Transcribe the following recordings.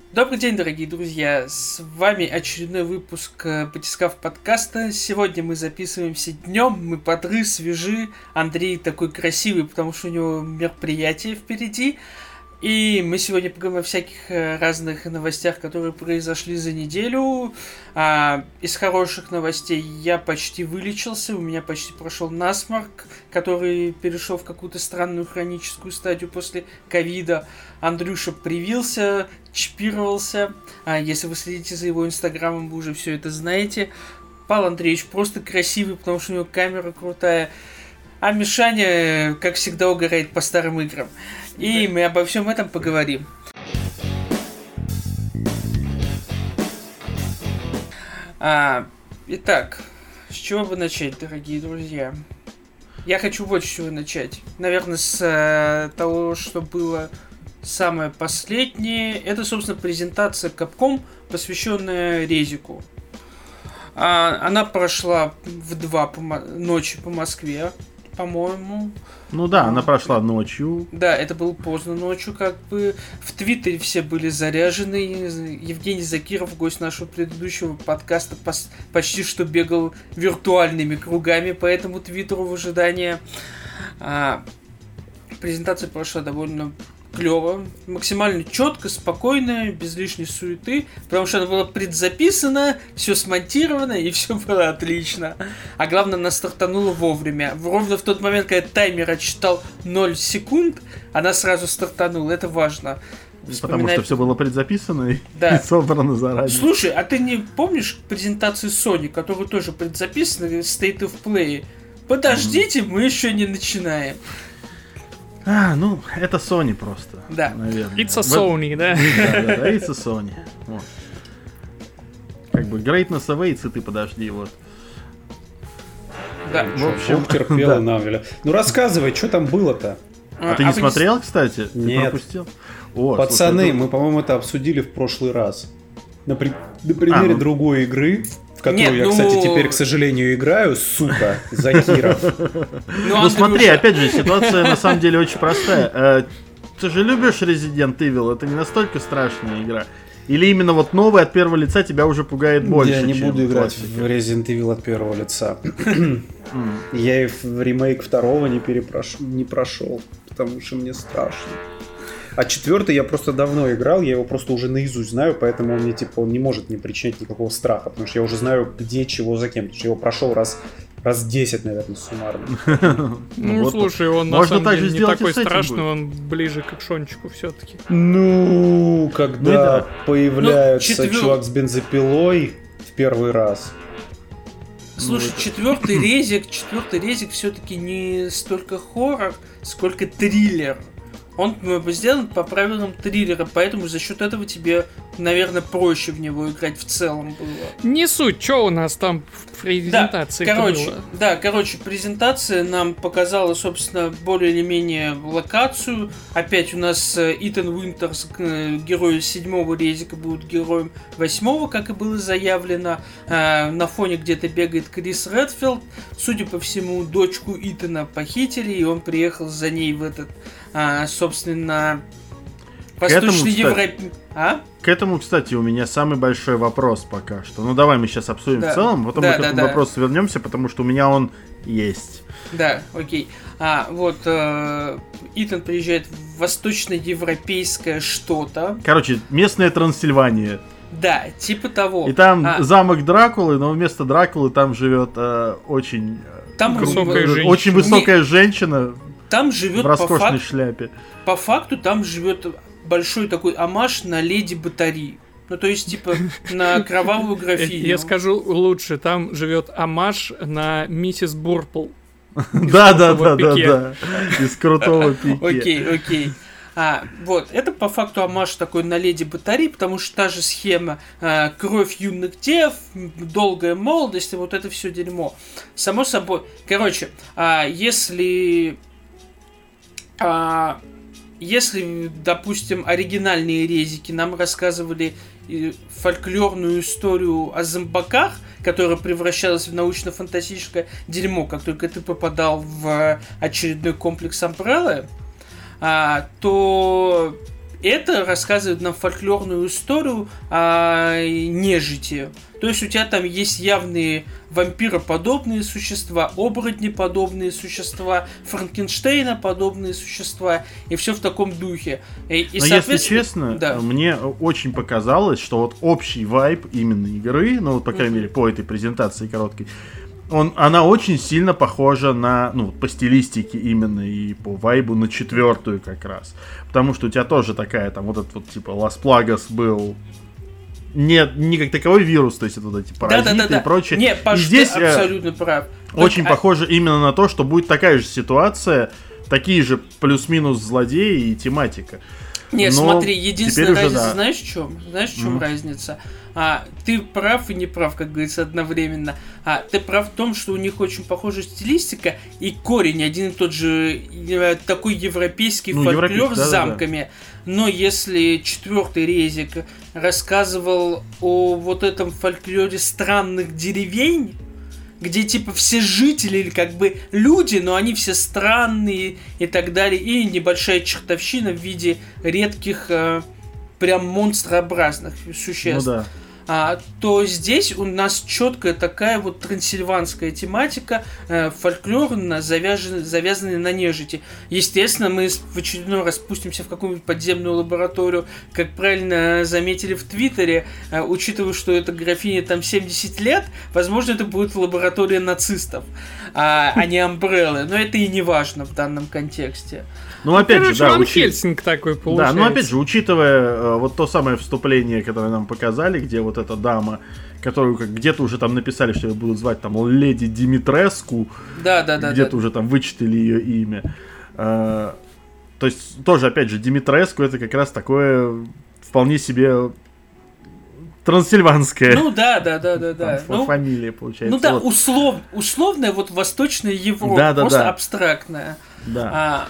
Добрый день, дорогие друзья! С вами очередной выпуск Батискаф подкаста. Сегодня мы записываемся днем, мы бодры, свежи. Андрей такой красивый, потому что у него мероприятие впереди. И мы сегодня поговорим о всяких разных новостях, которые произошли за неделю. Из хороших новостей я почти вылечился, у меня почти прошел насморк, который перешел в какую-то странную хроническую стадию после ковида. Андрюша привился, чипировался. Если вы следите за его инстаграмом, вы уже все это знаете. Павел Андреевич просто красивый, потому что у него камера крутая. А Мишаня, как всегда, угорает по старым играм. И мы обо всем этом поговорим. Итак, с чего бы начать, дорогие друзья? Я хочу вот с чего начать. Наверное, с того, что было самое последнее. Это, собственно, презентация Capcom, посвященная Резику. Она прошла в 2 ночи по Москве, по-моему. Ну да, она прошла ночью. Да, это было поздно ночью, как бы. В Твиттере все были заряжены. Евгений Закиров, гость нашего предыдущего подкаста, почти что бегал виртуальными кругами по этому Твиттеру в ожидании. Презентация прошла довольно клево, максимально четко, спокойно, без лишней суеты, потому что она была предзаписана, все смонтировано и все было отлично. А главное, она стартанула вовремя. Ровно в тот момент, когда таймер отсчитал 0 секунд, она сразу стартанула. Это важно. Потому что все было предзаписано и собрано заранее. Слушай, а ты не помнишь презентации Sony, которую тоже предзаписана, State of Play? Подождите, мы еще не начинаем. Ну, это Sony просто. Да. Наверное. It's a Sony, да? Да, it's a Sony. Вот. Как бы greatness awaits, и ты подожди, вот. Да. В общем, терпел Навеля. Ну рассказывай, что там было-то? А ты не смотрел, кстати? Нет. Ты пропустил? Пацаны, мы, по-моему, это обсудили в прошлый раз. На примере другой игры, в которую я, кстати, теперь, к сожалению, играю, сука, Закиров. Ну смотри, опять же, ситуация на самом деле очень простая. Ты же любишь Resident Evil, это не настолько страшная игра. Или именно вот новый от первого лица тебя уже пугает больше, Я не чем буду играть классика? в Resident Evil от первого лица. Я и в ремейк второго не прошел, потому что мне страшно. А 4 я просто давно играл, я его просто уже наизусть знаю, поэтому он мне он не может мне причинять никакого страха, потому что я уже знаю, где, чего, за кем. Потому что я его прошел раз 10, наверное, суммарно. Ну, слушай, он на самом деле не такой страшный, он ближе к экшончику все-таки. Ну, когда появляется чувак с бензопилой в первый раз. Слушай, четвертый резик все-таки не столько хоррор, сколько триллер. Он сделан по правилам триллера, поэтому за счет этого тебе, наверное, проще в него играть в целом было. Не суть, что у нас там в презентации было? Короче, презентация нам показала, собственно, более или менее локацию. Опять у нас Итан Уинтерс, герой 7-го резика, будет героем 8-го, как и было заявлено. На фоне где-то бегает Крис Редфилд. Судя по всему, дочку Итана похитили, и он приехал за ней в этот... собственно, Восточный Европе... К этому, кстати, у меня самый большой вопрос пока что. Ну, давай мы сейчас обсудим в целом, потом мы к этому вопросу вернемся, потому что у меня он есть. Да, окей. Итан приезжает в восточноевропейское что-то. Короче, местная Трансильвания. Да, типа того. И там замок Дракулы, но вместо Дракулы там живет очень высокая женщина. Там живет в роскошной шляпе. По факту там живет большой такой омаж на Леди Батари. Ну, то есть, типа, на кровавую графиню. Я скажу лучше, там живет омаж на миссис Бурпл. Да. Из крутого Пике. Окей. Это по факту омаж такой на Леди Батари, потому что та же схема кровь юных дев, долгая молодость, и вот это все дерьмо. Само собой. Короче, если, допустим, оригинальные резики нам рассказывали фольклорную историю о зомбаках, которая превращалась в научно-фантастическое дерьмо, как только ты попадал в очередной комплекс Umbrella, то это рассказывает нам фольклорную историю о нежити. То есть у тебя там есть явные вампироподобные существа, оборотнеподобные существа, Франкенштейна подобные существа, и все в таком духе. И но если честно, да, мне очень показалось, что вот общий вайб именно игры, ну вот по крайней мере по этой презентации короткой, она очень сильно похожа на, ну, по стилистике именно и по вайбу на 4-ю как раз. Потому что у тебя тоже такая, там, вот этот вот, типа, Лас Плагас был не как таковой вирус, то есть это вот эти паразиты и прочее. Не, Паш, здесь ты абсолютно прав. Очень похоже именно на то, что будет такая же ситуация, такие же плюс-минус злодеи и тематика. Не, смотри, единственная разница, знаешь в чем? Знаешь, в чем разница? Ты прав и не прав, как говорится, одновременно. Ты прав в том, что у них очень похожая стилистика и корень один и тот же, такой европейский фольклор с замками. Да. Но если 4-й резик рассказывал о вот этом фольклоре странных деревень, где типа все жители как бы люди, но они все странные и так далее, и небольшая чертовщина в виде редких прям монстрообразных существ. Ну, да. То здесь у нас четкая такая вот трансильванская тематика, фольклорно завязанная на нежити. Естественно, мы в очередной раз спустимся в какую-нибудь подземную лабораторию, как правильно заметили в Твиттере, учитывая, что эта графиня там 70 лет, возможно, это будет лаборатория нацистов, а не Амбреллы. Но это и не важно в данном контексте. Ну, опять же, да, Хельсинг такой получается. Да, но опять же, учитывая вот то самое вступление, которое нам показали, где вот эта дама, которую где-то уже там написали, что ее будут звать там Леди Димитреску, где-то уже там вычитали ее имя. То есть, тоже, опять же, Димитреску это как раз такое вполне себе трансильванская. Ну да. Фамилия, получается. Ну да, вот. Условная вот Восточная Европа, просто абстрактная. Да.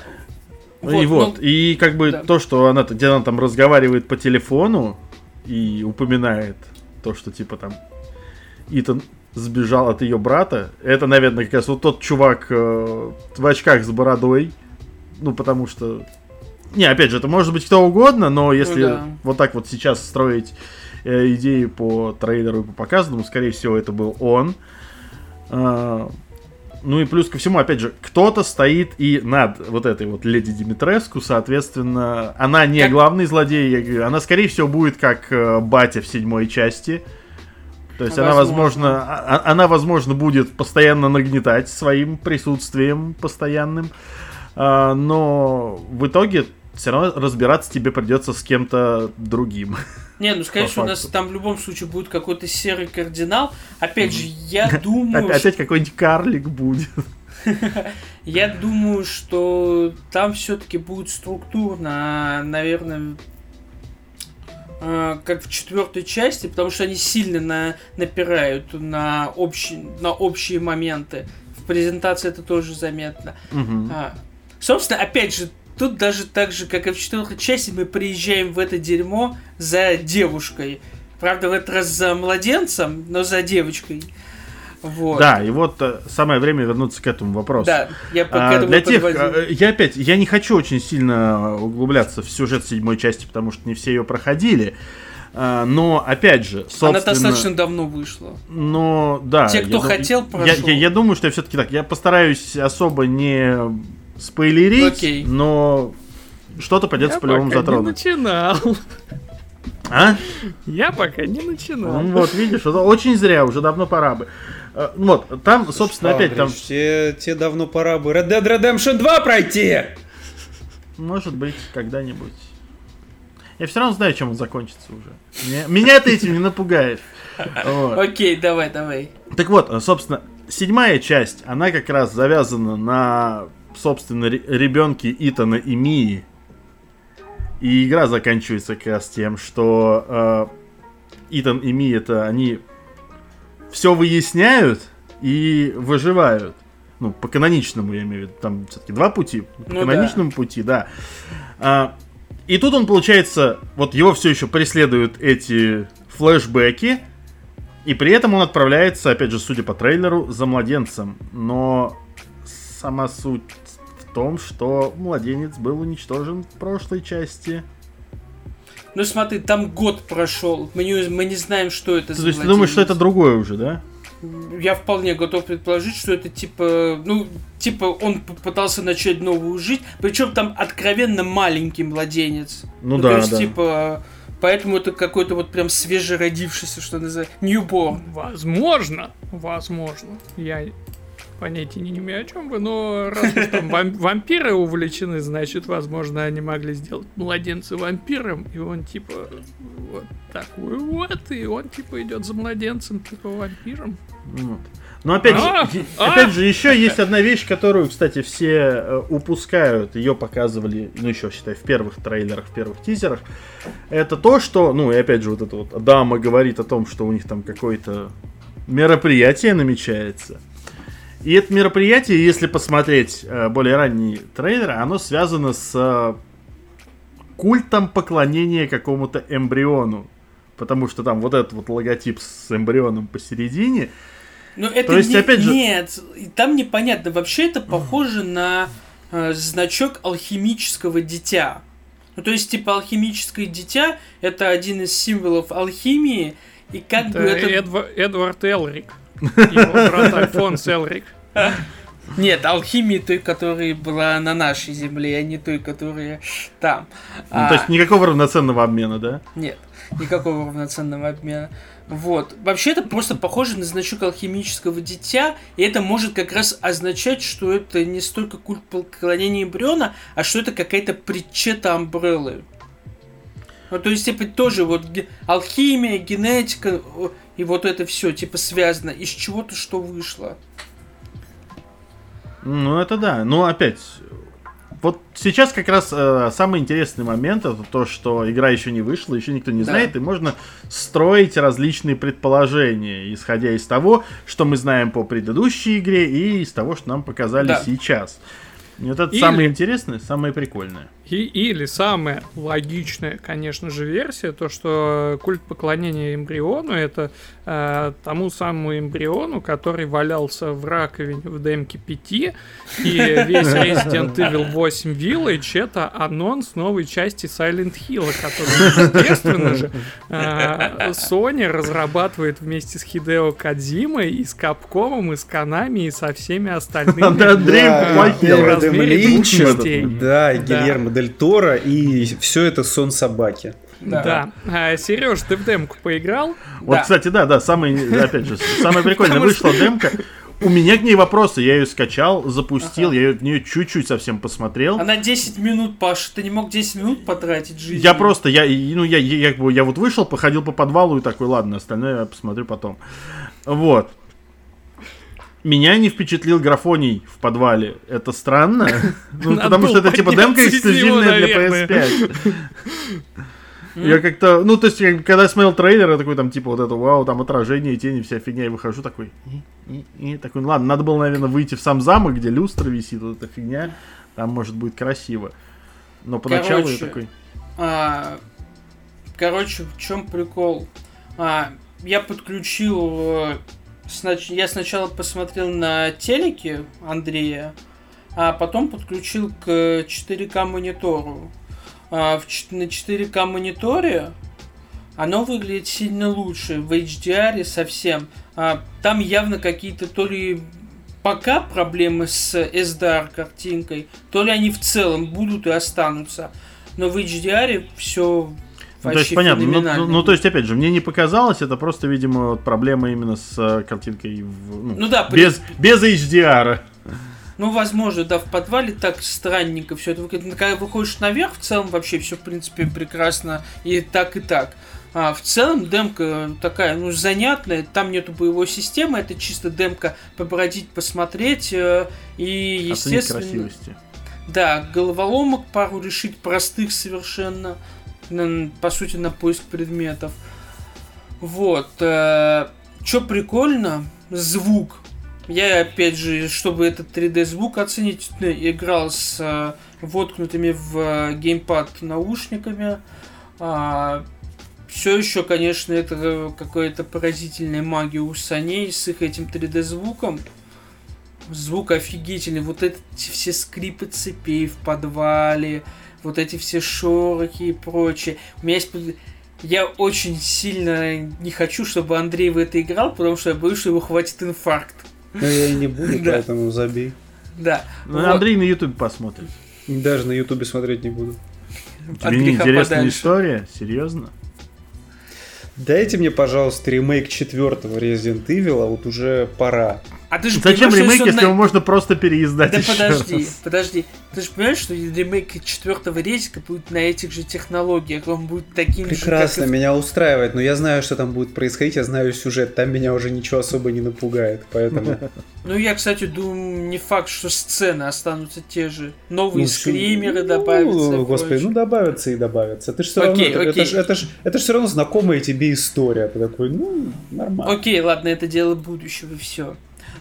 И как бы то, что она там разговаривает по телефону и упоминает то, что типа там Итан сбежал от ее брата, это, наверное, как раз вот тот чувак в очках с бородой, ну потому что, опять же, это может быть кто угодно, но если вот так вот сейчас строить идеи по трейлеру и по показанному, скорее всего, это был он. Ну и плюс ко всему, опять же, кто-то стоит и над вот этой вот Леди Димитреску, соответственно, она не главный злодей, я говорю, она, скорее всего, будет как батя в 7-й части. То есть она, возможно, будет постоянно нагнетать своим присутствием постоянным, но в итоге все равно разбираться тебе придется с кем-то другим. Не, ну, скорее всего, у нас там в любом случае будет какой-то серый кардинал. Опять же, я думаю... Опять какой-нибудь карлик будет. Я думаю, что там все-таки будет структурно, наверное, как в 4-й части, потому что они сильно напирают на общие моменты. В презентации это тоже заметно. Собственно, опять же, тут даже так же, как и в 4-й части, мы приезжаем в это дерьмо за девушкой. Правда, в этот раз за младенцем, но за девочкой. Вот. Да, и вот самое время вернуться к этому вопросу. Да, я к этому для тех, я не хочу очень сильно углубляться в сюжет 7-й части, потому что не все ее проходили. Но, опять же, собственно... Она достаточно давно вышла. Но, да. Те, кто хотел, прошел. Я думаю, что я все-таки так. Я постараюсь особо не спойлерить, но что-то придется по-любому затронуть. Я пока не начинал. Я пока не начинал. Ну, вот, видишь, очень зря, уже давно пора бы. Вот, там, собственно, опять там... Те давно пора бы Red Dead Redemption 2 пройти! Может быть, когда-нибудь. Я все равно знаю, чем он закончится уже. Меня ты этим не напугаешь. Окей, давай. Так вот, собственно, 7-я часть, она как раз завязана на, собственно, ребенке Итана и Мии. И игра заканчивается как раз тем, что Итан и Мия-то они все выясняют и выживают. Ну, по каноничному, я имею в виду. Там все-таки 2 пути. По каноничному пути, да. И тут он, получается, вот его все еще преследуют эти флешбеки. И при этом он отправляется, опять же, судя по трейлеру, за младенцем. Но сама суть в том, что младенец был уничтожен в прошлой части. Ну смотри, там год прошел, мы не знаем, что это за То есть ты думаешь, что это другое уже, да? Я вполне готов предположить, что это он пытался начать новую жизнь, причем там откровенно маленький младенец. Да, то есть, да. Поэтому это какой-то вот прям свежеродившийся, что называется, newborn. Возможно. Я понятия не имею, о чем вы, но раз уж там вампиры увлечены, значит, возможно, они могли сделать младенца вампиром, и он типа вот такой вот, и он типа идет за младенцем, типа вампиром. Вот. Но опять же, еще есть одна вещь, которую, кстати, все упускают. Ее показывали, еще, считай, в первых трейлерах, в первых тизерах. Это то, что, и опять же, вот эта вот дама говорит о том, что у них там какое-то мероприятие намечается. И это мероприятие, если посмотреть более ранние трейлеры, оно связано с культом поклонения какому-то эмбриону. Потому что там вот этот вот логотип с эмбрионом посередине. Но это нет, там непонятно. Вообще это похоже на значок алхимического дитя. То есть, типа, алхимическое дитя — это один из символов алхимии. И как бы это... Эдвард Элрик. Его брат Альфонс Элрик. Нет, алхимии той, которая была на нашей земле, а не той, которая там. То есть никакого равноценного обмена, да? Нет, никакого равноценного обмена. Вот. Вообще это просто похоже на значок алхимического дитя, и это может как раз означать, что это не столько культ поклонения эмбриона, а что это какая-то притчета Амбреллы. То есть, типа, тоже вот алхимия, генетика и вот это все, типа, связано из чего-то, что вышло. Это да. Но опять, вот сейчас как раз самый интересный момент — это то, что игра еще не вышла, еще никто не знает, и можно строить различные предположения, исходя из того, что мы знаем по предыдущей игре, и из того, что нам показали сейчас. И вот это самое интересное, самое прикольное. Или самая логичная, конечно же, версия, то, что культ поклонения эмбриону — это тому самому эмбриону, который валялся в раковине в демке 5, и весь Resident Evil 8 Village — это анонс новой части Silent Hill, который, естественно же, Sony разрабатывает вместе с Хидео Кодзимой, и с Capcom, и с Konami, и со всеми остальными. Да, и Гильермо Дель Торо, и все это сон собаки. Да. Сереж, ты в демку поиграл? Вот, кстати, да, самое прикольное, вышла демка. У меня к ней вопросы, я ее скачал, запустил, я в нее чуть-чуть совсем посмотрел. Она 10 минут, Паша, ты не мог 10 минут потратить жизнь? Я просто, я вот вышел, походил по подвалу и такой, ладно, остальное я посмотрю потом. Вот. Меня не впечатлил графоний в подвале. Это странно. Потому что это типа демка эксклюзивная для PS5. Я как-то, то есть, когда я смотрел трейлер, я такой, там, типа, вот это, вау, там, отражение, тени, вся фигня, и выхожу такой, такой, ладно, надо было, наверное, выйти в сам замок, где люстра висит, вот эта фигня, там, может, будет красиво. Но поначалу я такой... Короче, в чем прикол? Я подключил... Я сначала посмотрел на телеке Андрея, а потом подключил к 4К монитору. На 4К мониторе оно выглядит сильно лучше, в HDR совсем. Там явно какие-то то ли пока проблемы с SDR картинкой, то ли они в целом будут и останутся. Но в HDR все... то есть понятно, то есть опять же, мне не показалось, это просто, видимо, проблема именно с картинкой без HDR. Возможно, да, в подвале так странненько все это выглядит. Когда выходишь наверх, в целом вообще все, в принципе, прекрасно и так, и так. В целом демка такая, занятная, там нету боевой системы, это чисто демка побродить, посмотреть и, естественно... Оценить красивости. Да, головоломок пару решить простых совершенно. По сути, на поиск предметов. Вот. Что прикольно, звук. Я, опять же, чтобы этот 3D звук оценить, играл с воткнутыми в геймпад наушниками. Все еще, конечно, это какая-то поразительная магия у Sony с их этим 3D звуком. Звук офигительный. Вот эти все скрипы цепей в подвале. вот эти все шорохи и прочее. У меня есть... Я очень сильно не хочу, чтобы Андрей в это играл, потому что я боюсь, что его хватит инфаркт. Но я и не буду, поэтому забей. Да. Ну, Андрей на YouTube посмотрит. Даже на Ютубе смотреть не буду. Тебе не интересная история? Серьезно? Дайте мне, пожалуйста, ремейк 4-го Resident Evil, вот уже пора. А ты же зачем ремейк, если его можно просто переиздать? Да еще подожди. Ты же понимаешь, что ремейк 4-го резика будет на этих же технологиях, он будет таким же, прекрасно, меня устраивает, но я знаю, что там будет происходить, я знаю сюжет, там меня уже ничего особо не напугает, поэтому... Ну, я, кстати, думаю, не факт, что сцены останутся те же. Новые скримеры добавятся. Господи, ну добавятся и добавятся. Ты ж все равно, это ж все равно знакомая тебе история. Ты такой, ну, нормально. Окей, ладно, это дело будущего, и все.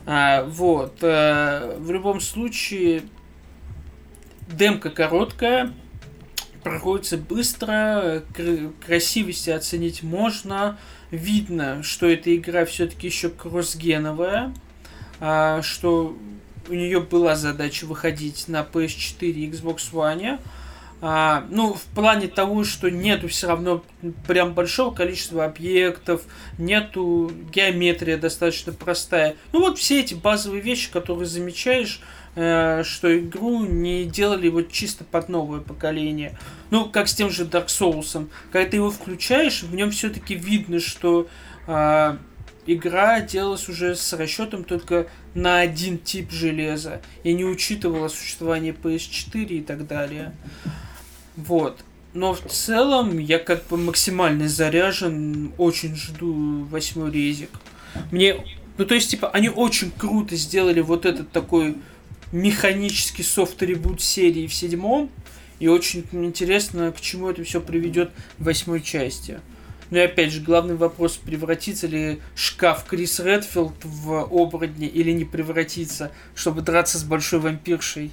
В любом случае, демка короткая, проходится быстро, красивости оценить можно. Видно, что эта игра все-таки еще кроссгеновая, что у нее была задача выходить на PS4 и Xbox One. В плане того, что нету все равно прям большого количества объектов, нету геометрия достаточно простая. Ну вот все эти базовые вещи, которые замечаешь, что игру не делали вот чисто под новое поколение. Ну, как с тем же Dark Souls. Когда ты его включаешь, в нем все-таки видно, что игра делалась уже с расчетом только на один тип железа и не учитывала существование PS4 и так далее. Вот. Но в целом я как бы максимально заряжен, очень жду 8-й резик. Они очень круто сделали вот этот такой механический софт-ребут серии в 7-м, и очень интересно, к чему это все приведет в 8-й части. Ну и опять же, главный вопрос, превратится ли шкаф Крис Редфилд в оборотня или не превратится, чтобы драться с большой вампиршей.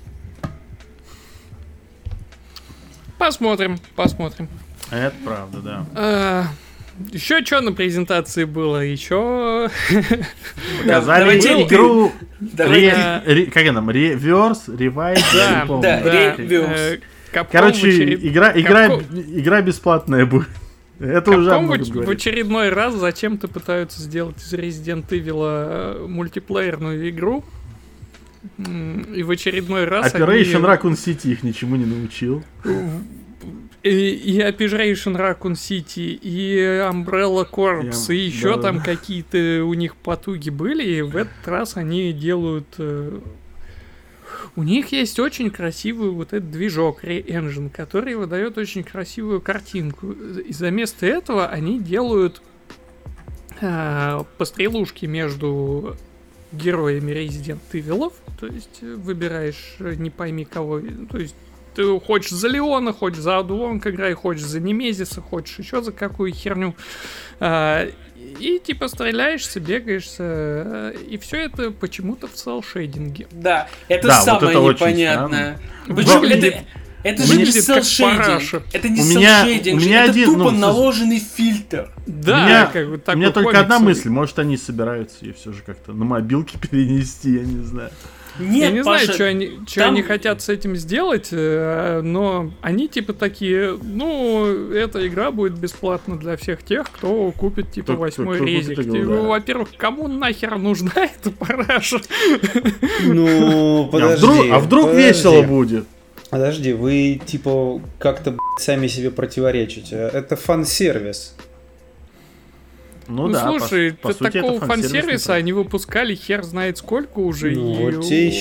Посмотрим. Это правда, да. Еще что на презентации было? Еще... Показали игру... Как она? Реверс? Ревайз? Да, Реверс. Короче, игра бесплатная будет. Это уже много в очередной раз зачем-то пытаются сделать из Resident Evil мультиплеерную игру. И в очередной раз Operation Raccoon City их ничему не научил. И Operation Raccoon City, и Umbrella Corps, и еще там какие-то у них потуги были, и в этот раз они делают... У них есть очень красивый вот этот движок Re-Engine, который выдает очень красивую картинку. И вместо этого они делают пострелушки между героями Resident Evil, то есть выбираешь не пойми кого, то есть ты хочешь за Леона, хочешь за Адулонг играй, хочешь за Немезиса, хочешь еще за какую херню, и типа стреляешься, бегаешься, и все это почему-то в селшейдинге. Да, это самое вот это непонятное. Это же не селшейдинг. Это не селшейдинг, это тупо наложенный фильтр. Да, у меня только одна мысль, может они собираются ее все же как-то на мобилке перенести, я не знаю. Нет, я не Паша, знаю, что они хотят с этим сделать, но они типа такие, эта игра будет бесплатна для всех тех, кто купит типа 8-й резик. Во-первых, кому нахер нужна эта параша? Ну, подожди. А вдруг весело будет? Подожди, вы типа как-то сами себе противоречите. Это фан-сервис. Ну да, слушай, по сути, такого фан-сервиса они выпускали хер знает сколько уже, и он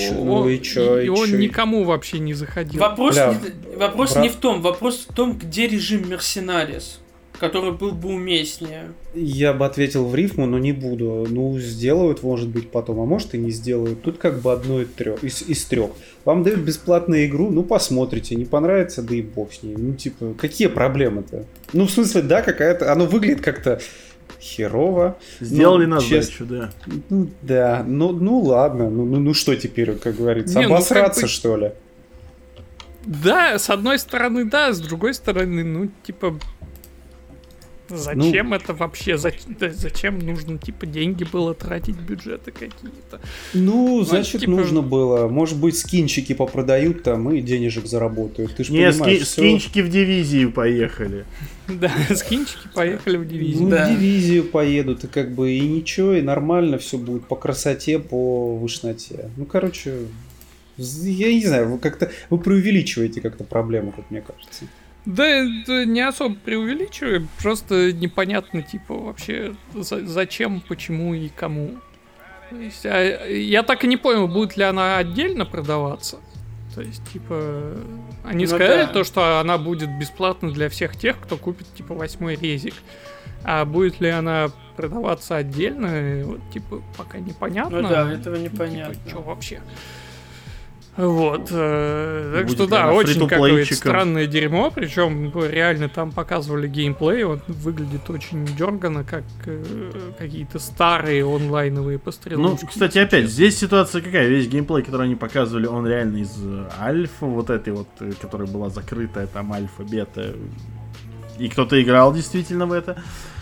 никому вообще не заходил. Вопрос не в том, вопрос в том, где режим Мерсенарис, который был бы уместнее. Я бы ответил в рифму, но не буду. Ну, сделают, может быть, потом, а может и не сделают. Тут как бы одно из трех. Вам дают бесплатную игру, ну, посмотрите, не понравится, да и бог с ней. Ну, типа, какие проблемы-то? Ну, в смысле, да, какая-то, оно выглядит как-то херово. Сделали на сдачу, да. Ну, да, ну ладно, ну что теперь, как говорится, обосраться, что ли? Да, с одной стороны, да, с другой стороны, ну, типа... Зачем это вообще? Зачем нужно, типа, деньги было тратить, бюджеты какие-то? Значит, типа... нужно было. Может быть, скинчики попродают там и денежек заработают. Ты ж понимаешь, скинчики в дивизию поехали. Да, скинчики поехали в дивизию. В дивизию поедут, и как бы и ничего, и нормально все будет по красоте, по вышноте. Короче, я не знаю, вы как-то вы преувеличиваете как-то проблему, как мне кажется. Да, не особо преувеличиваю, просто непонятно, типа, вообще, зачем, почему и кому. То есть, я так и не понял, будет ли она отдельно продаваться. То есть, типа, они сказали то, что она будет бесплатна для всех тех, кто купит, типа, 8-й резик. А будет ли она продаваться отдельно, вот, типа, пока непонятно. Ну да, этого непонятно. Типа, что вообще? Вот, так что да, очень какое-то странное дерьмо, причем реально там показывали геймплей, он выглядит очень дерганно, как какие-то старые онлайновые пострелушки. Кстати, опять, здесь ситуация какая, весь геймплей, который они показывали, он реально из альфа, вот этой вот, которая была закрытая, там альфа, бета, и кто-то играл действительно в это,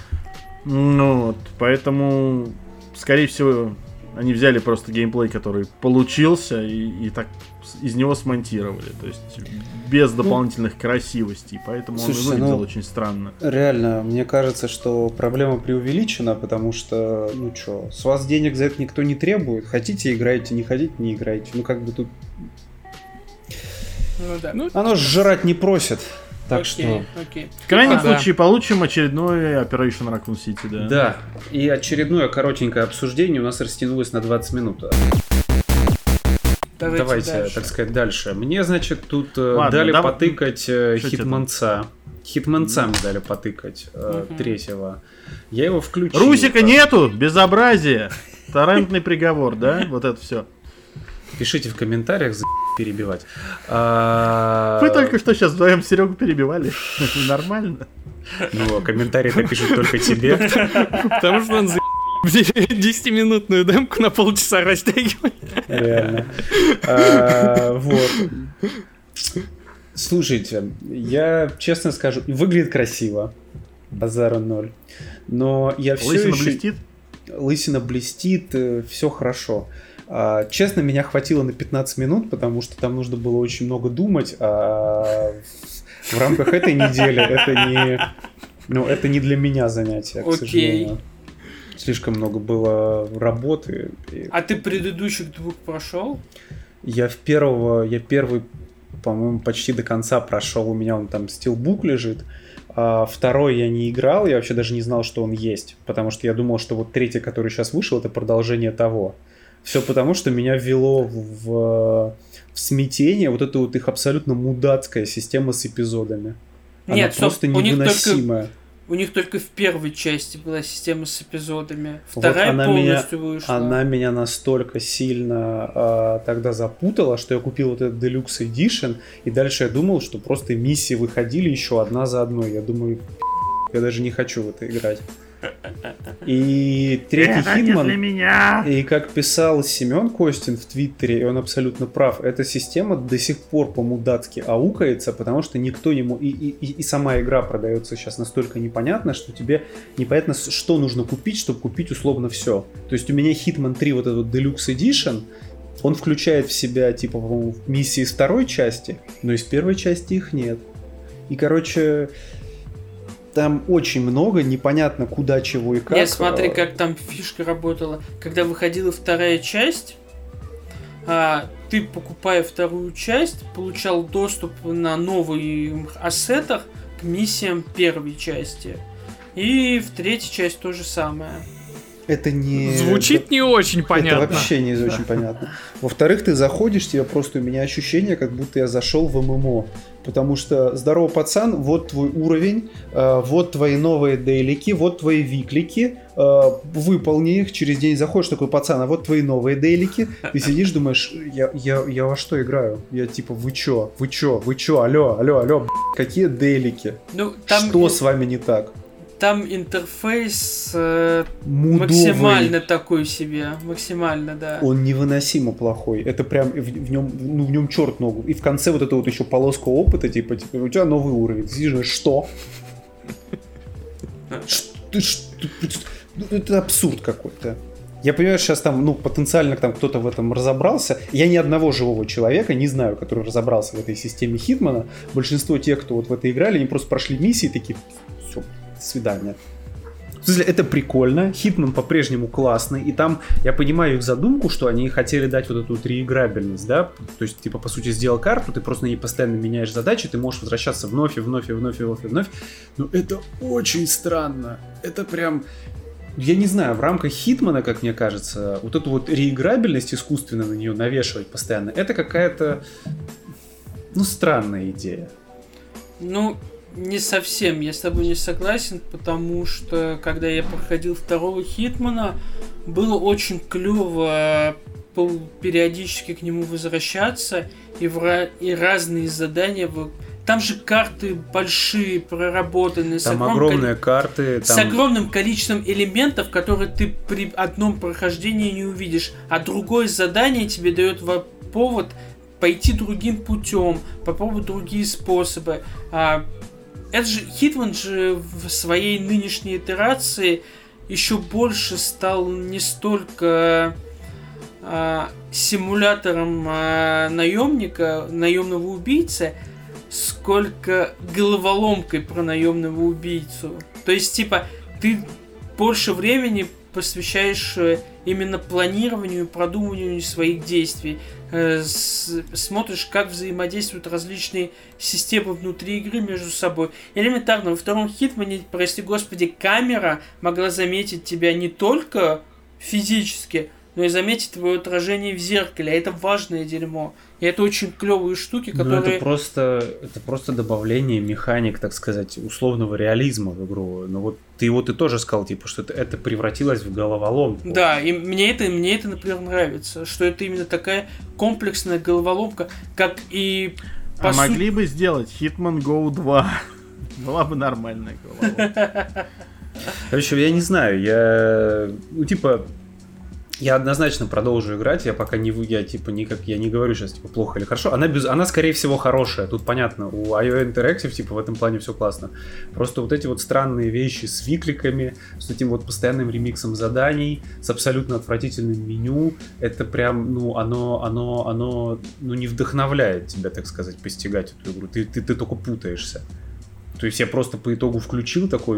поэтому, скорее всего... Они взяли просто геймплей, который получился, и так из него смонтировали. То есть без дополнительных красивостей. Поэтому он выглядел очень странно. Реально, мне кажется, что проблема преувеличена, потому что, с вас денег за это никто не требует. Хотите — играйте, не хотите — не играйте. Как бы тут... Оно жрать не просит. Так что... В крайнем случае получим очередной Operation Raccoon City, да? Да, и очередное коротенькое обсуждение у нас растянулось на 20 минут. Давайте так сказать, дальше. Мне, значит, тут дали потыкать Хитманца. Хитманца мне дали потыкать, третьего. Я его включил. Русика нету! Безобразие! Торрентный приговор, да? Вот это все. Пишите в комментариях, перебивать. Вы только что сейчас вдвоем Серегу перебивали. Нормально. Комментарии-то пишут только тебе. Потому что он 10-минутную демку на полчаса растягивает. Реально. Вот. Слушайте, я честно скажу, выглядит красиво. Базара ноль. Но я все еще... Лысина блестит? Лысина блестит, все хорошо. Честно, меня хватило на 15 минут, потому что там нужно было очень много думать, а в рамках этой недели это не для меня занятие, к сожалению. Слишком много было работы. А ты предыдущих двух прошел? Я первый, по-моему, почти до конца прошел. У меня он там стилбук лежит. А второй я не играл, я вообще даже не знал, что он есть. Потому что я думал, что вот третий, который сейчас вышел, это продолжение того. Все потому, что меня ввело в смятение вот эта вот их абсолютно мудацкая система с эпизодами. Она просто невыносимая. У них только в первой части была система с эпизодами. Вторая вот полностью вышла. Она меня настолько сильно тогда запутала, что я купил вот этот Deluxe Edition, и дальше я думал, что просто миссии выходили еще одна за одной. Я думаю, я даже не хочу в это играть. И третий Хитман, и как писал Семен Костин в Твиттере, и он абсолютно прав, эта система до сих пор по-мудацки аукается, потому что никто не может, и сама игра продается сейчас настолько непонятно, что тебе непонятно, что нужно купить, чтобы купить условно все. То есть у меня Hitman 3, вот этот Deluxe Edition, он включает в себя, типа, по-моему, миссии из второй части, но из первой части их нет. И, короче... Там очень много, непонятно куда, чего и как. Нет, смотри, как там фишка работала. Когда выходила вторая часть, ты, покупая вторую часть, получал доступ на новые ассетах к миссиям первой части. И в третьей части то же самое. Это не... Звучит не очень понятно. Это вообще не очень понятно. Во-вторых, ты заходишь, тебе просто у меня ощущение, как будто я зашел в ММО. Потому что, здорово, пацан, вот твой уровень, вот твои новые дейлики, вот твои виклики, выполни их, через день заходишь, такой, пацан, а вот твои новые дейлики. Ты сидишь, думаешь, я во что играю? Я типа, вы чё, алло, какие дейлики? Что с вами не так? Там интерфейс максимально такой себе. Максимально, да. Он невыносимо плохой. Это прям в нем черт ногу. И в конце вот эта вот еще полоска опыта, типа у тебя новый уровень. Ты сидишь, что? Это абсурд какой-то. Я понимаю, сейчас там, потенциально там кто-то в этом разобрался. Я ни одного живого человека не знаю, который разобрался в этой системе Хитмана. Большинство тех, кто вот в это играли, они просто прошли миссии и такие, все, до свидания. В смысле, это прикольно, Хитман по-прежнему классный, и там я понимаю их задумку, что они хотели дать вот эту реиграбельность, да, то есть, типа, по сути, сделал карту, ты просто на ней постоянно меняешь задачи, ты можешь возвращаться вновь. Но это очень странно, это прям... Я не знаю, в рамках Хитмана, как мне кажется, вот эту вот реиграбельность искусственно на нее навешивать постоянно, это какая-то, странная идея. Не совсем, я с тобой не согласен, потому что, когда я проходил второго Хитмана, было очень клево периодически к нему возвращаться, и разные задания... Там же карты большие, проработанные. Там огромные карты. С огромным количеством элементов, которые ты при одном прохождении не увидишь. А другое задание тебе дает повод пойти другим путем, попробовать другие способы. Это же Хитман же в своей нынешней итерации еще больше стал не столько симулятором наемного убийцы, сколько головоломкой про наемного убийцу. То есть, типа, ты больше времени посвящаешь именно планированию и продумыванию своих действий. Смотришь, как взаимодействуют различные системы внутри игры между собой. Элементарно, во втором Хитмане, прости господи, камера могла заметить тебя не только физически, но и заметить твое отражение в зеркале. А это важное дерьмо. И это очень клевые штуки, которые... Это просто добавление механик, так сказать, условного реализма в игру. Но вот ты тоже сказал, типа, что это превратилось в головоломку. Да, и мне это, например, нравится. Что это именно такая комплексная головоломка, как и... могли бы сделать Hitman Go 2. Была бы нормальная головоломка. Короче, я не знаю, я однозначно продолжу играть, я не говорю сейчас типа плохо или хорошо. Она скорее всего хорошая. Тут понятно, у IO Interactive типа в этом плане все классно. Просто вот эти вот странные вещи с викликами, с этим вот постоянным ремиксом заданий, с абсолютно отвратительным меню, это прям, оно не вдохновляет тебя, так сказать, постигать эту игру. Ты только путаешься. То есть я просто по итогу включил такой,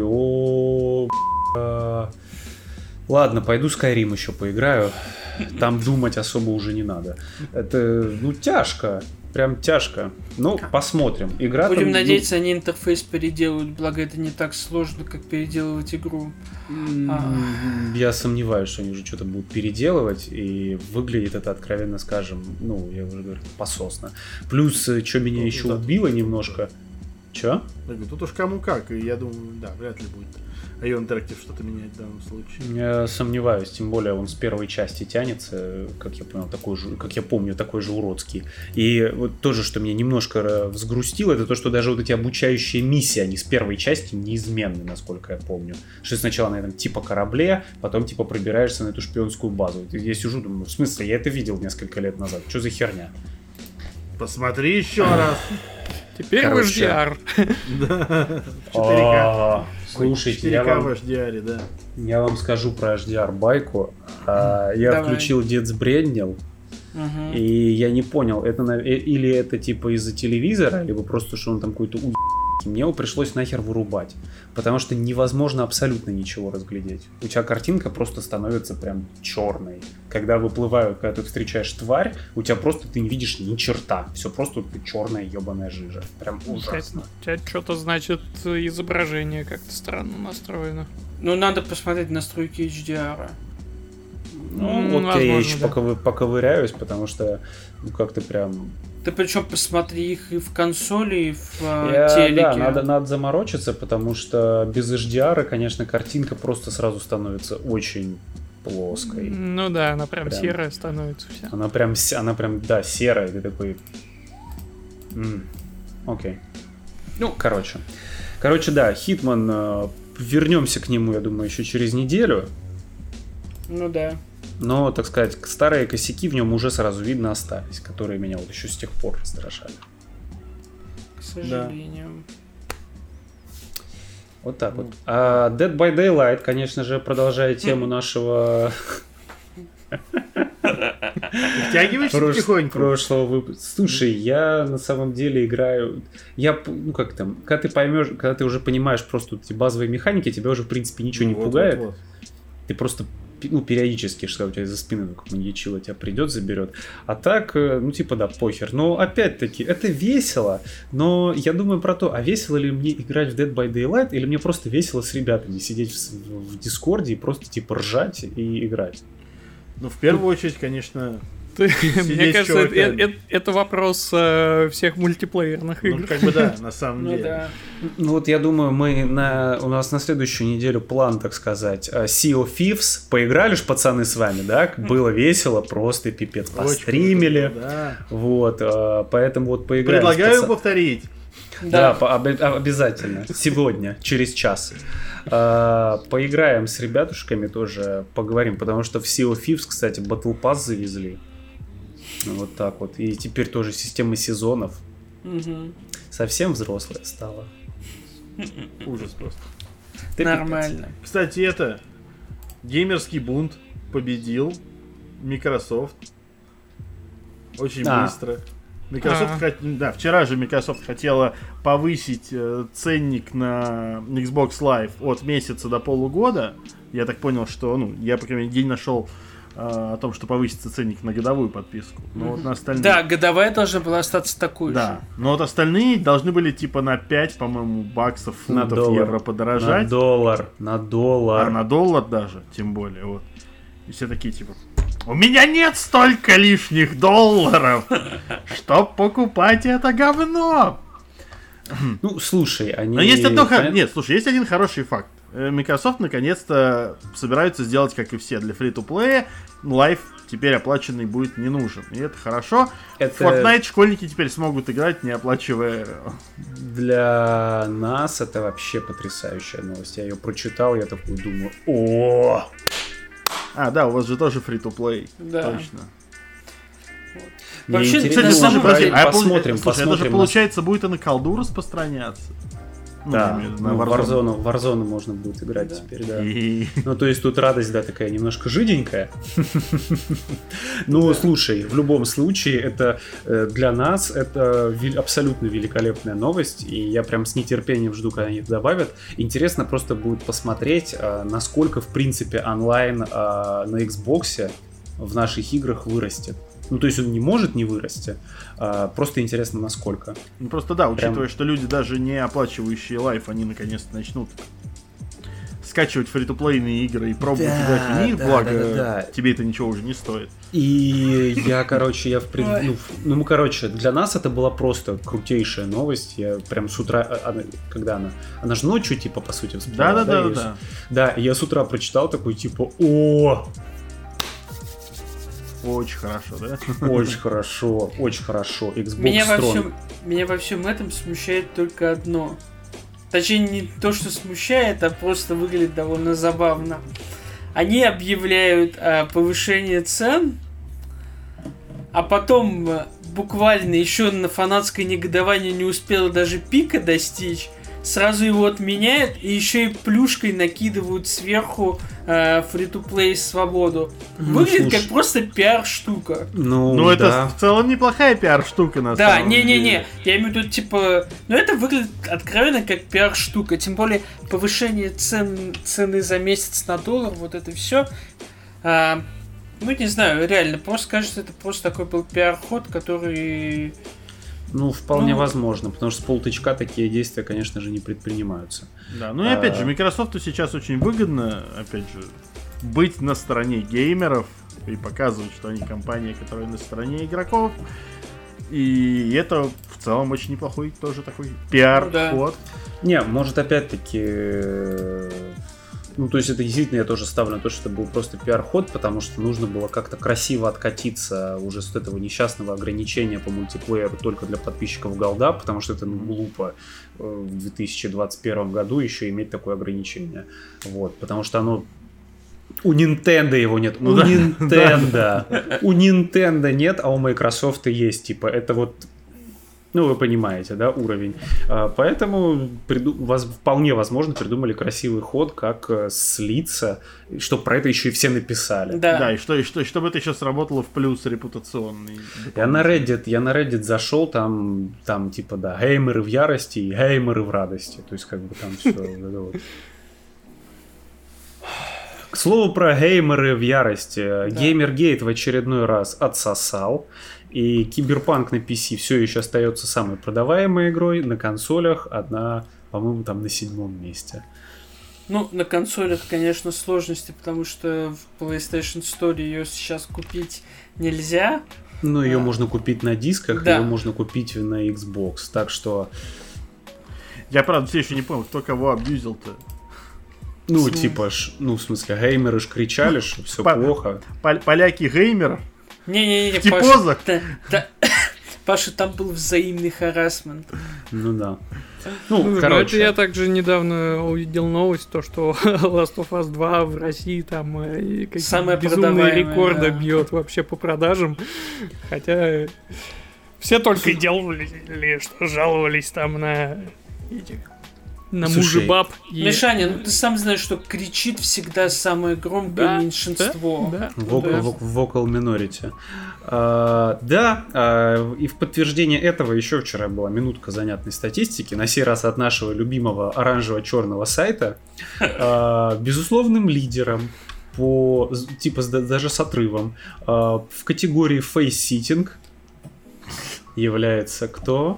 ладно, пойду Skyrim еще поиграю. Там думать особо уже не надо. Это, тяжко. Прям тяжко. Посмотрим. Игра Будем надеяться, они интерфейс переделают, благо это не так сложно, как переделывать игру. Я сомневаюсь, что они уже что-то будут переделывать, и выглядит это, откровенно скажем, я уже говорю, пососно. Плюс, что меня еще убило немножко... Че? Тут уж кому как, и я думаю, да, вряд ли будет IO Interactive что-то менять в данном случае. Я сомневаюсь, тем более он с первой части тянется, как я понял, как я помню, такой же уродский. И вот тоже, что меня немножко взгрустило, это то, что даже вот эти обучающие миссии, они с первой части неизменны, насколько я помню. Что сначала на этом типа корабле, потом типа пробираешься на эту шпионскую базу. Я сижу, думаю, в смысле, я это видел несколько лет назад, что за херня? Посмотри еще раз. Теперь в HDR. Да. 4К. Слушайте, 4К в HDR, да. Я вам скажу про HDR байку. Я включил Death's Brandnell, и я не понял, это или это типа из-за телевизора, либо просто, что он там какой-то мне его пришлось нахер вырубать, потому что невозможно абсолютно ничего разглядеть. У тебя картинка просто становится прям черной. Когда ты встречаешь тварь, у тебя просто ты не видишь ни черта. Все просто черная ебаная жижа. Прям ужасно. У тебя что-то, значит, изображение как-то странно настроено. Надо посмотреть настройки HDR. Я еще поковыряюсь, потому что как-то прям... Ты причем посмотри их и в консоли, и в телеке. Да, надо заморочиться, потому что без HDR, конечно, картинка просто сразу становится очень плоской. Она прям серая становится вся. Она прям, серая, и ты такой... Окей. Короче, да, Hitman, вернемся к нему, я думаю, еще через неделю. Да. Но, так сказать, старые косяки в нем уже сразу видно остались, которые меня вот еще с тех пор раздражали. К сожалению. Вот так вот. А Dead by Daylight, конечно же, продолжая тему нашего Втягиваешься потихоньку? прошлого выпуска. Слушай, я на самом деле играю... Ну как там, когда ты поймешь, когда ты уже понимаешь просто эти базовые механики, тебя уже в принципе ничего не пугает. Ты просто периодически, что у тебя за спиной как маньячило тебя придет, заберет. А так, да, похер. Но опять-таки, это весело. Но я думаю про то, а весело ли мне играть в Dead by Daylight, или мне просто весело с ребятами сидеть в Дискорде и просто ржать и играть. Ну, в первую очередь, конечно... Мне кажется, это вопрос всех мультиплеерных игр. Ну, как бы да, на самом деле. Да. Ну вот я думаю, у нас на следующую неделю план, так сказать, Sea of Thieves. Поиграли ж, пацаны, с вами, да? Было весело, просто пипец. Постримили. Да. Вот, поэтому вот поиграем. Предлагаю повторить. Да, обязательно. Сегодня, через час. Поиграем с ребятушками тоже, поговорим, потому что в Sea of Thieves, кстати, Battle Pass завезли. Вот так вот. И теперь тоже система сезонов. Совсем взрослая стала. Ужас просто. Нормально. Кстати, геймерский бунт победил Microsoft. Очень быстро. Вчера же Microsoft хотела повысить ценник на Xbox Live от месяца до полугода. Я так понял, что, я, по крайней мере, день нашел о том, что повысится ценник на годовую подписку. Но вот на остальные... Да, годовая должна была остаться такой же. Да, но вот остальные должны были типа на 5, по-моему, баксов, фунтов, евро подорожать. На доллар. А на доллар даже, тем более, вот. И все такие типа... У меня нет столько лишних долларов, чтоб покупать это говно. Ну, слушай, они... Но есть есть один хороший факт. Microsoft наконец-то собираются сделать, как и все, для фри-то-плея. Live теперь оплаченный будет не нужен. И это хорошо. В Fortnite школьники теперь смогут играть, не оплачивая. Для нас это вообще потрясающая новость. Я ее прочитал, я такой думаю, о! А, да, у вас же тоже фри-то-плей. Да. Точно. Вообще, посмотрим. Это же, получается, будет и на колду распространяться. Да, на Warzone можно будет играть теперь, да. Ну, то есть тут радость, да, такая немножко жиденькая. Ну, слушай, в любом случае, это для нас это абсолютно великолепная новость, и я прям с нетерпением жду, когда они это добавят. Интересно просто будет посмотреть, насколько, в принципе, онлайн на Xbox в наших играх вырастет. Ну, то есть он не может не вырасти, просто интересно, насколько. Ну, просто да, учитывая, что люди, даже не оплачивающие лайф, они наконец-то начнут скачивать фри-то-плейные игры и пробовать играть в них, благо тебе это ничего уже не стоит. И я, для нас это была просто крутейшая новость. Я прям с утра, когда она же ночью, типа, по сути, всплыла. Да. Да, я с утра прочитал такой, типа, о! Очень хорошо, да? Очень хорошо. Xbox Меня во всем этом смущает только одно. Точнее, не то, что смущает, а просто выглядит довольно забавно. Они объявляют о повышении цен, а потом буквально еще на фанатское негодование не успело даже пика достичь, сразу его отменяют и еще и плюшкой накидывают сверху фри-то-плей свободу. Выглядит как просто пиар-штука. Ну это в целом неплохая пиар-штука на самом деле. Не-не-не. Я имею в виду, типа... Ну это выглядит откровенно как пиар-штука. Тем более повышение цены за месяц на доллар, вот это все. Ну не знаю, реально. Просто кажется, это просто такой был пиар-ход, который... Ну, вполне возможно, потому что с полтычка такие действия, конечно же, не предпринимаются. Да, ну и опять же, Microsoft сейчас очень выгодно, опять же, быть на стороне геймеров и показывать, что они компания, которая на стороне игроков. И это в целом очень неплохой тоже такой пиар-ход. Не, может опять-таки... Ну, то есть это действительно я тоже ставлю на то, что это был просто пиар-ход, потому что нужно было как-то красиво откатиться уже с этого несчастного ограничения по мультиплееру только для подписчиков голда, потому что это глупо в 2021 году еще иметь такое ограничение. Вот, потому что оно... У Nintendo его нет. У Nintendo нет, а у Microsoft есть. Типа, это вот... Ну, вы понимаете, да, уровень. Поэтому вполне возможно придумали красивый ход, как слиться, чтобы про это еще и все написали. Да, и чтобы это еще сработало в плюс репутационный. Я на Reddit зашел, там типа, да, геймеры в ярости и геймеры в радости. То есть, как бы там все вот. К слову про геймеры в ярости. Геймергейт в очередной раз отсосал. И Киберпанк на PC все еще остается самой продаваемой игрой. На консолях одна, по-моему, там на 7-м месте. Ну, на консолях, конечно, сложности, потому что в PlayStation Store ее сейчас купить нельзя. Ну, ее можно купить на дисках, ее можно купить на Xbox. Так что... Я, правда, все еще не понял, кто кого абьюзил-то. Ну, типа, в смысле, геймеры ж кричали, что все плохо. Поляки геймеры? Не-не-не, Паша, Паша, там был взаимный харассмент. Ну да. Ну, короче. Я также недавно увидел новость, то, что Last of Us 2 в России там какие-то безумные рекорды бьет вообще по продажам. Хотя все только делали, что жаловались там на мужебаб. Мишаня, ну ты сам знаешь, что кричит всегда самое громкое меньшинство. Vocal minority. И в подтверждение этого еще вчера была минутка занятной статистики, на сей раз от нашего любимого оранжево-черного сайта. Безусловным лидером даже с отрывом в категории face-sitting является кто?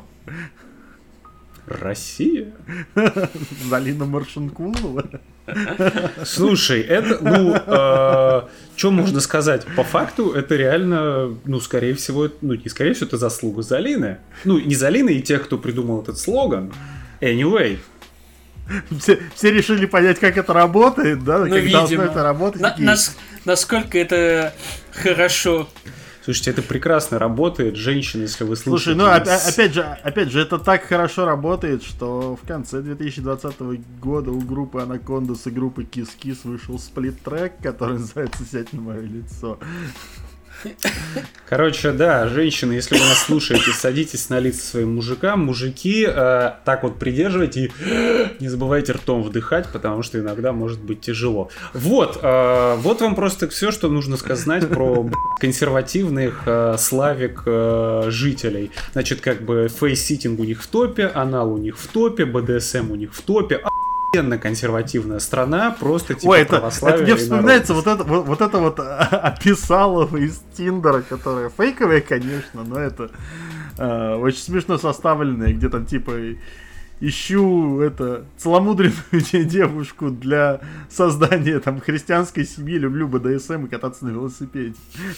Россия? Залина Маршинкулова? Слушай, это, что можно сказать? По факту, это реально, скорее всего, это заслуга Залины. Не Залины и тех, кто придумал этот слоган. Anyway. Все решили понять, как это работает, да? Как видимо. Должно это работать. Насколько это хорошо. Слушайте, это прекрасно работает, женщины, если вы слушаете. Слушай, опять же, это так хорошо работает, что в конце 2020 года у группы Анакондас и группы Kiss Kiss вышел сплит-трек, который называется «Сядь на мое лицо». Короче, да, женщины, если вы нас слушаете, садитесь на лица своим мужикам. Мужики, так вот придерживайте и не забывайте ртом вдыхать, потому что иногда может быть тяжело. Вот вам просто все, что нужно знать про консервативных славик жителей. Значит, как бы фейс-ситинг у них в топе, анал у них в топе, БДСМ у них в топе. Охуенно консервативная страна, просто типа православие. Это мне вспоминается вот это описалово из Тиндера, которое фейковое, конечно, но это очень смешно составленное, где там типа ищу целомудренную девушку для создания там христианской семьи, люблю БДСМ и кататься на велосипеде.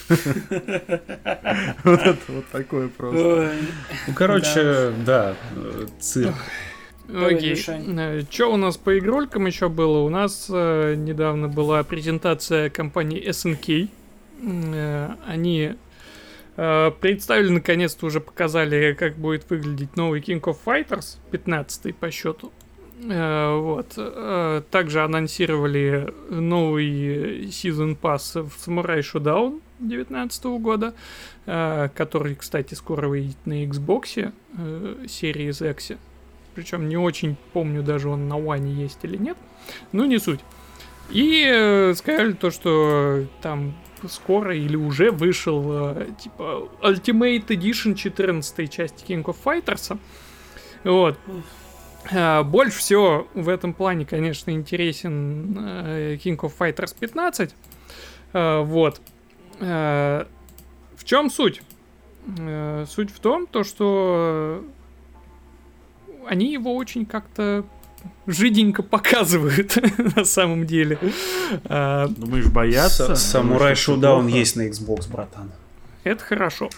Вот это вот такое просто. Короче, да, цирк. Окей. Что у нас по игрулькам еще было? У нас недавно была презентация компании SNK. Они представили, наконец-то уже показали, как будет выглядеть новый King of Fighters, 15-й по счету. Также анонсировали новый Season Pass в Samurai Shodown 2019 года, который, кстати, скоро выйдет на Xbox Series X. Причем не очень помню, даже он на One есть или нет. Ну, не суть. И сказали то, что там скоро или уже вышел типа Ultimate Edition 14 части King of Fighters. Вот. Больше всего в этом плане, конечно, интересен King of Fighters 15. Вот. В чем суть? Суть в том, что они его очень как-то жиденько показывают на самом деле. Думаешь, боятся? Samurai Shodown есть на Xbox, братан. Это хорошо,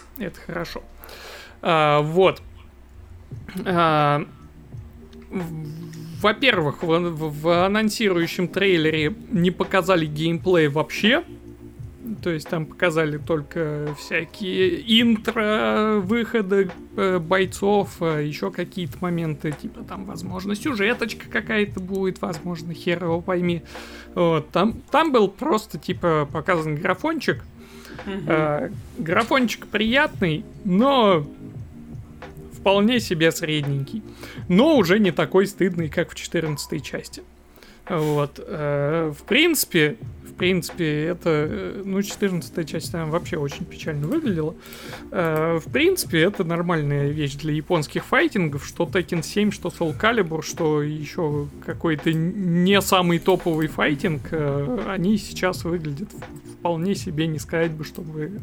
вот. Во-первых, в анонсирующем трейлере не показали геймплей вообще. То есть там показали только всякие интро, выходы бойцов, еще какие-то моменты, типа там, возможно, сюжеточка какая-то будет, возможно, хер его пойми. Вот, там был просто, типа, показан графончик. Графончик приятный, но в вполне себе средненький. Но уже не такой стыдный, как в 14-й части. Вот. В принципе, это... Ну, 14-я часть там вообще очень печально выглядела. В принципе, это нормальная вещь для японских файтингов. Что Tekken 7, что Soul Calibur, что еще какой-то не самый топовый файтинг. Они сейчас выглядят вполне себе, не сказать бы, чтобы...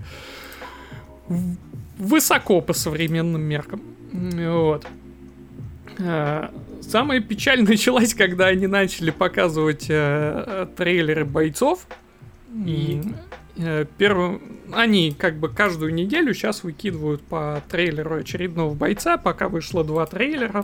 высоко по современным меркам. Вот. Самое печальное началось, когда они начали показывать трейлеры бойцов. И они как бы каждую неделю сейчас выкидывают по трейлеру очередного бойца, пока вышло 2 трейлера.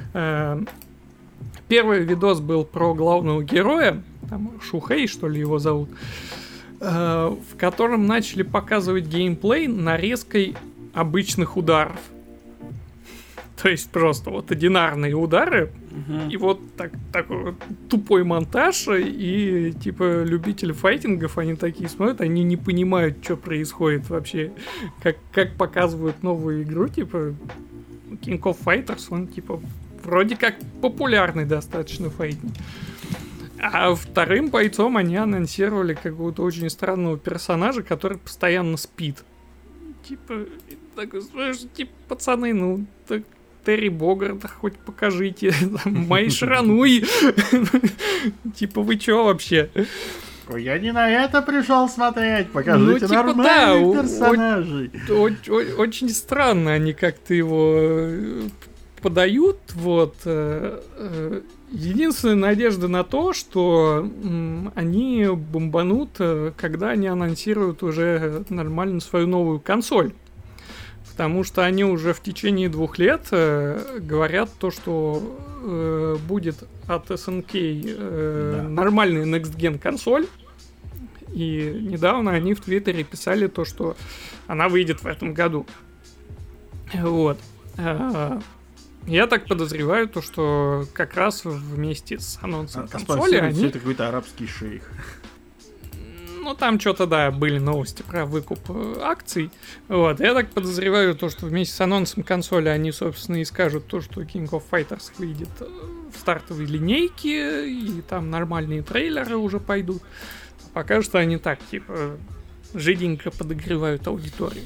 Первый видос был про главного героя, там Шухей, что ли, его зовут, в котором начали показывать геймплей нарезкой обычных ударов. То есть просто вот одинарные удары, и вот такой вот тупой монтаж, и типа любители файтингов, они такие смотрят, они не понимают, что происходит вообще, как показывают новую игру, типа King of Fighters, он типа вроде как популярный достаточно файтинг. А вторым бойцом они анонсировали какого-то очень странного персонажа, который постоянно спит. Типа, такой, типа, пацаны, ну, так, Терри Богарта хоть покажите, Мэй Ширануи. Типа, вы чё вообще? Ой, я не на это пришел смотреть, покажите нормальных персонажей. Очень странно они как-то его подают, вот. Единственная надежда на то, что они бомбанут, когда они анонсируют уже нормально свою новую консоль. Потому что они уже в течение 2 лет говорят то, что будет от SNK нормальная Next Gen консоль. И недавно они в Твиттере писали то, что она выйдет в этом году. Вот. Я так подозреваю, то, что как раз вместе с анонсом консоли они... это какой-то арабский шейх. Ну, там что-то, да, были новости про выкуп акций. Вот, я так подозреваю то, что вместе с анонсом консоли они, собственно, и скажут то, что King of Fighters выйдет в стартовой линейке, и там нормальные трейлеры уже пойдут. Пока что они так, типа, жиденько подогревают аудиторию.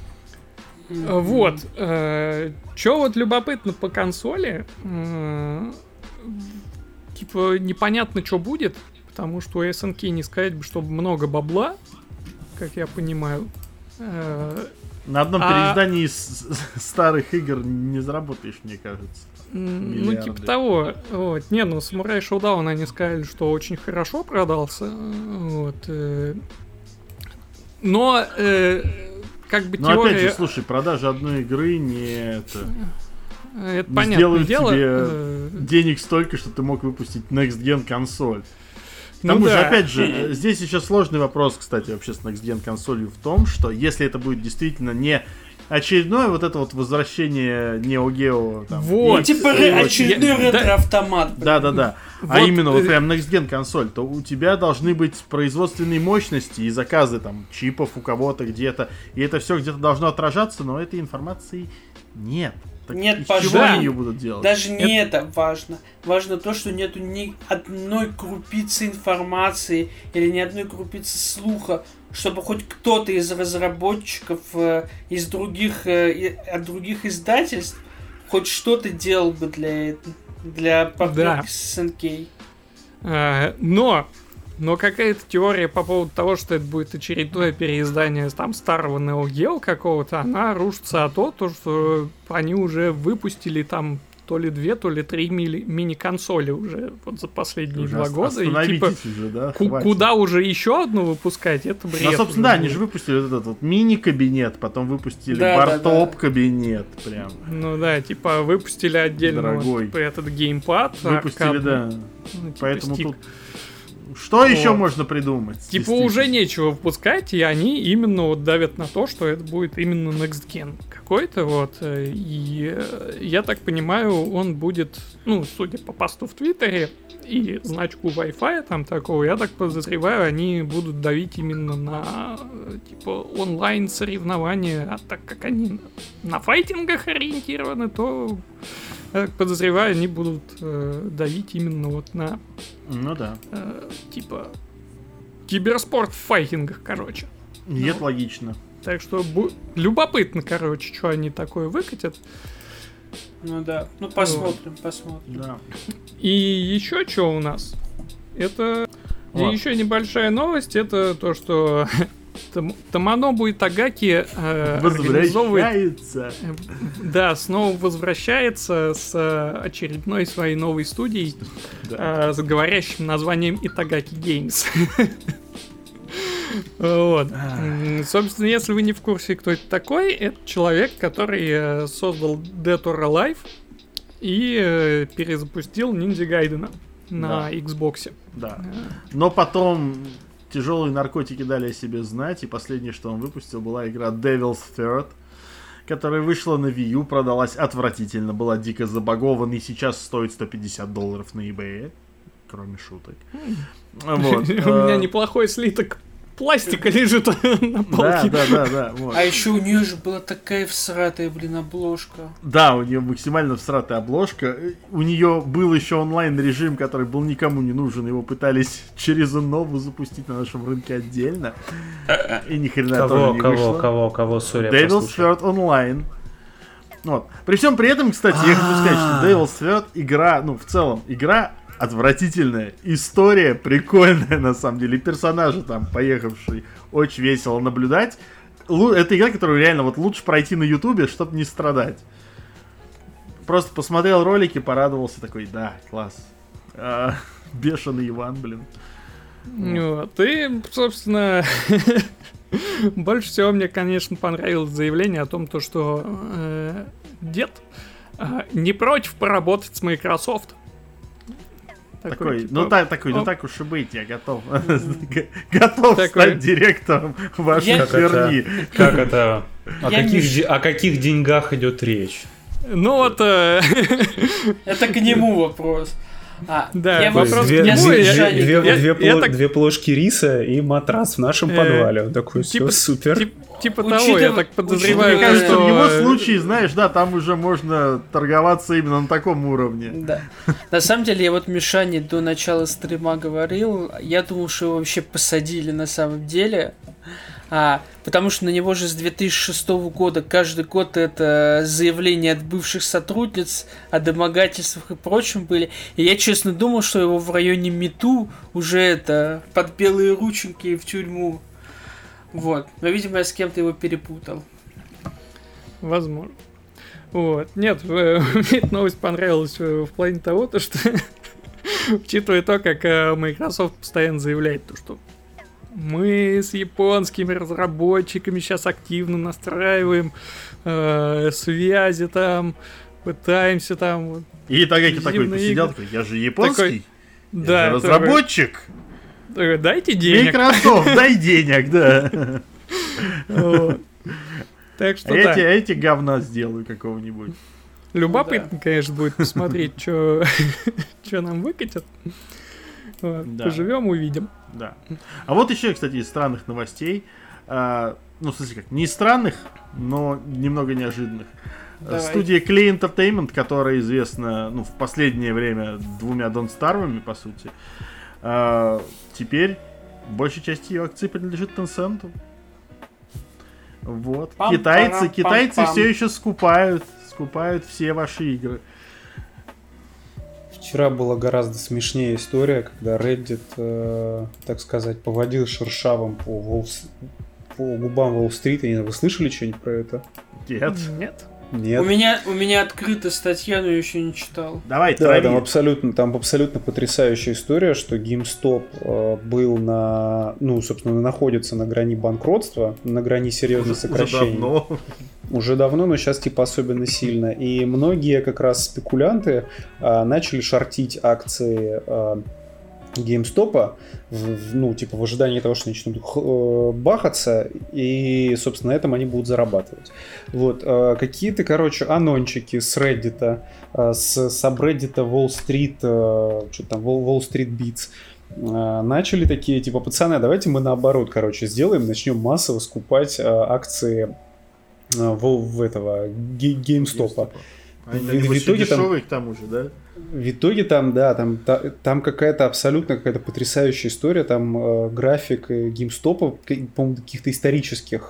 Вот. Чё вот любопытно по консоли, типа, непонятно, что будет, потому что у SNK не сказать бы, чтобы много бабла, как я понимаю. На одном переиздании старых игр не заработаешь, мне кажется. Ну, типа того. Вот. Не, ну, Samurai Showdown они сказали, что очень хорошо продался. Вот. Но... как бы но теория... опять же, слушай, продажа одной игры не это не понятное дело. Тебе денег столько, что ты мог выпустить Next Gen консоль. К тому же, опять же, здесь еще сложный вопрос, кстати, вообще с Next Gen консолью в том, что если это будет действительно не очередное вот это вот возвращение Neo Geo. Там, вот, типа очередной ретро-автомат. Да. Вот, а именно вот прям Next Gen консоль, то у тебя должны быть производственные мощности и заказы там чипов у кого-то где-то. И это все где-то должно отражаться, но этой информации нет. Так нет, чего они ее будут делать? Даже не это важно. Важно то, что нету ни одной крупицы информации или ни одной крупицы слуха, чтобы хоть кто-то из разработчиков, из других, от других издательств хоть что-то делал бы для партнерки с SNK. Но какая-то теория по поводу того, что это будет очередное переиздание там старого Neo Geo какого-то, она рушится о том, что они уже выпустили там то ли 2, то ли 3 мини-консоли уже вот за последние уже 2 года. И типа, уже, да? Куда уже еще одну выпускать, это бред. Ну, собственно, да, они же выпустили вот этот вот мини-кабинет, потом выпустили бартоп-кабинет прям. Ну да, типа выпустили отдельно вот, типа, этот геймпад. Выпустили, аркадный. да. Ну, типа, поэтому стик. тут... Что еще можно придумать? Типа уже нечего выпускать, и они именно вот давят на то, что это будет именно Next Gen какой-то вот. И я так понимаю, он будет, ну, судя по посту в Твиттере и значку Wi-Fi там такого, я так подозреваю, они будут давить именно на типа онлайн соревнования, а так как они на файтингах ориентированы, то я так подозреваю, они будут давить именно вот на Ну да. типа киберспорт в файтингах, короче. Нет, логично. Так что любопытно, короче, что они такое выкатят. Ну да, ну посмотрим. Да. И еще что у нас? Это Вот. еще небольшая новость, это то, что Томанобу Итагаки организовывает... Возвращается. Да, снова возвращается с очередной своей новой студией Да. с говорящим названием Итагаки Games. Вот. Собственно, если вы не в курсе, кто это такой, это человек, который создал Dead or Alive и перезапустил Ninja Gaiden на Xbox. Да. Но потом тяжелые наркотики дали о себе знать, и последнее, что он выпустил, была игра Devil's Third, которая вышла на Wii U, продалась отвратительно, была дико забагована и сейчас стоит $150 на eBay, кроме шуток. Вот. У меня неплохой слиток пластика лежит на полке. Да. Вот. А еще у нее же была такая всратая, обложка. Да, у нее максимально всратая обложка. У нее был еще онлайн-режим, который был никому не нужен. Его пытались через нову запустить на нашем рынке отдельно. И ни хрена тоже не вышло. Кого, сори, Devil's Third Online. Вот. При всем при этом, кстати, я хочу сказать, что Devil's Third игра, ну, в целом, игра отвратительная. История прикольная, на самом деле. Персонажи там, поехавшие, очень весело наблюдать. Это игра, которую реально вот лучше пройти на Ютубе, чтобы не страдать. Просто посмотрел ролики, порадовался, такой, да, класс. Бешеный Иван, блин. Вот. И, собственно, больше всего мне, конечно, понравилось заявление о том, что дед не против поработать с Microsoft. Такой, типа, ну так уж и быть, я готов. Готов стать директором вашей херни. Как это? О каких деньгах идет речь? Ну вот... Это к нему вопрос. Да, вопрос две плошки риса и матрас в нашем подвале. Он такой, все супер. Типа того, я так подозреваю, мне кажется, что... в его случае, знаешь, да, там уже можно торговаться именно на таком уровне. Да. На самом деле, я вот Мишане до начала стрима говорил, я думал, что его вообще посадили на самом деле. Потому что на него же с 2006 года каждый год это заявления от бывших сотрудниц о домогательствах и прочем были. И я честно думал, что его в районе МИТУ уже это под белые рученьки в тюрьму. Вот. Но, видимо, я с кем-то его перепутал. Возможно. Вот. Нет, мне эта новость понравилась в плане того, что учитывая то, как Microsoft постоянно заявляет, то, что мы с японскими разработчиками сейчас активно настраиваем связи там, пытаемся там... И Итагаки такой посидел, такой, я же японский, да, я же разработчик. Дайте денег. Microsoft, дай денег, да. Так что эти говна сделаю какого-нибудь. Любопытно, конечно, будет посмотреть, что нам выкатят. Поживем, увидим. Да. А вот еще, кстати, из странных новостей. Ну, в смысле как, не странных, но немного неожиданных. Давай. Студия Clay Entertainment, которая известна, ну, в последнее время двумя Don't Starve'ами, по сути, теперь большая часть ее акций принадлежит Tencent. Вот. Китайцы все еще скупают все ваши игры. Вчера была гораздо смешнее история, когда Reddit, так сказать, поводил шершавым по губам Уолл-стрита. Вы слышали что-нибудь про это? Нет. У меня открыта статья, но я еще не читал. Давай, да, там абсолютно потрясающая история, что GameStop был собственно, находится на грани банкротства, на грани серьезных сокращений. Уже давно, но сейчас типа особенно сильно. И многие как раз спекулянты начали шортить акции GameStop, в ожидании того, что начнут бахаться, и, собственно, на этом они будут зарабатывать. Вот. Какие-то, анончики с Reddit, с сабреддита Wall Street, Wall Street Beats, начали такие, пацаны, давайте мы наоборот, начнем массово скупать акции GameStop. В итоге дешевые, к тому же, да? В итоге там какая-то абсолютно потрясающая история, там график GameStop, по-моему, каких-то исторических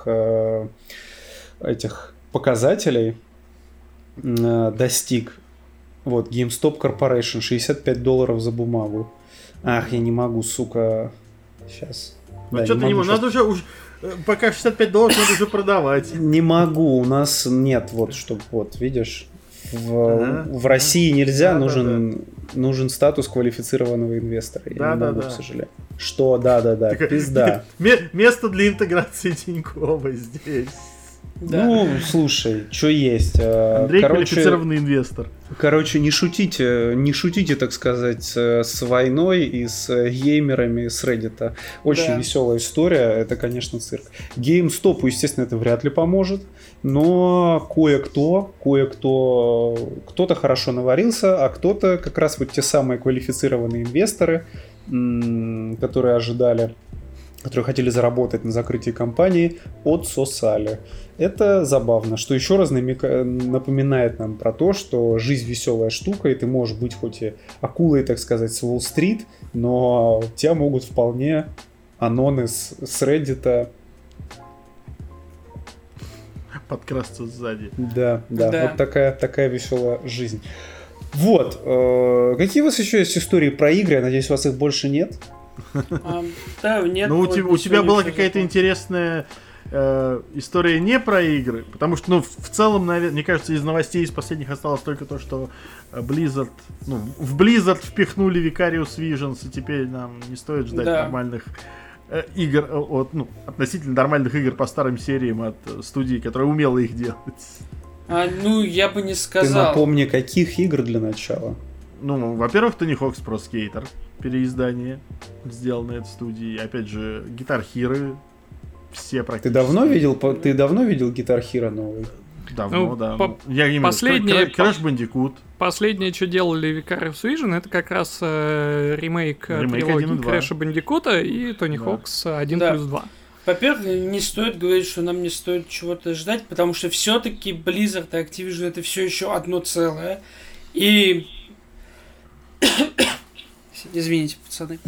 этих показателей достиг. Вот, GameStop Corporation, $65 за бумагу. Ах, я не могу, сука, сейчас. Ну, что ты не можешь? Надо уже пока $65 надо уже продавать. Не могу, у нас нет, видишь. В России нельзя, нужен статус квалифицированного инвестора. Я не могу, к сожалению. Что, пизда. Место для интеграции Тинькова здесь. Да. Ну, слушай, что есть. Андрей квалифицированный инвестор. Не шутите, так сказать, с войной и с геймерами с Reddit. Очень веселая история, это, конечно, цирк. GameStop, естественно, это вряд ли поможет, но кто-то хорошо наварился, а кто-то как раз вот те самые квалифицированные инвесторы, которые хотели заработать на закрытии компании, отсосали. Это забавно, что еще раз напоминает нам про то, что жизнь веселая штука, и ты можешь быть хоть и акулой, так сказать, с Уолл-стрит, но тебя могут вполне аноны с Reddit подкрасться сзади. Да. Вот такая веселая жизнь. Вот. Какие у вас еще есть истории про игры? Я надеюсь, у вас их больше нет? Да, нет. Ну, у тебя была какая-то интересная история не про игры, потому что, в целом, мне кажется, из новостей из последних осталось только то, что Blizzard, в Blizzard впихнули Vicarious Visions, и теперь нам не стоит ждать нормальных игр, относительно нормальных игр по старым сериям от студии, которая умела их делать. Я бы не сказал. Ты напомни, каких игр для начала? Во-первых, Tony Hawk's Pro Skater, переиздание, сделанное этой студией. Опять же, Guitar Hero, все практически. Ты давно видел Guitar Hero новый? Давно, да. Я имею в виду Crash Bandicoot. Последнее, что делали Vicarious Vision, это как раз ремейк трилогии Crash Bandicoot и Tony Hawk's 1+2. Во-первых, не стоит говорить, что нам не стоит чего-то ждать, потому что все-таки Blizzard и Activision это все еще одно целое. И... Извините, пацаны.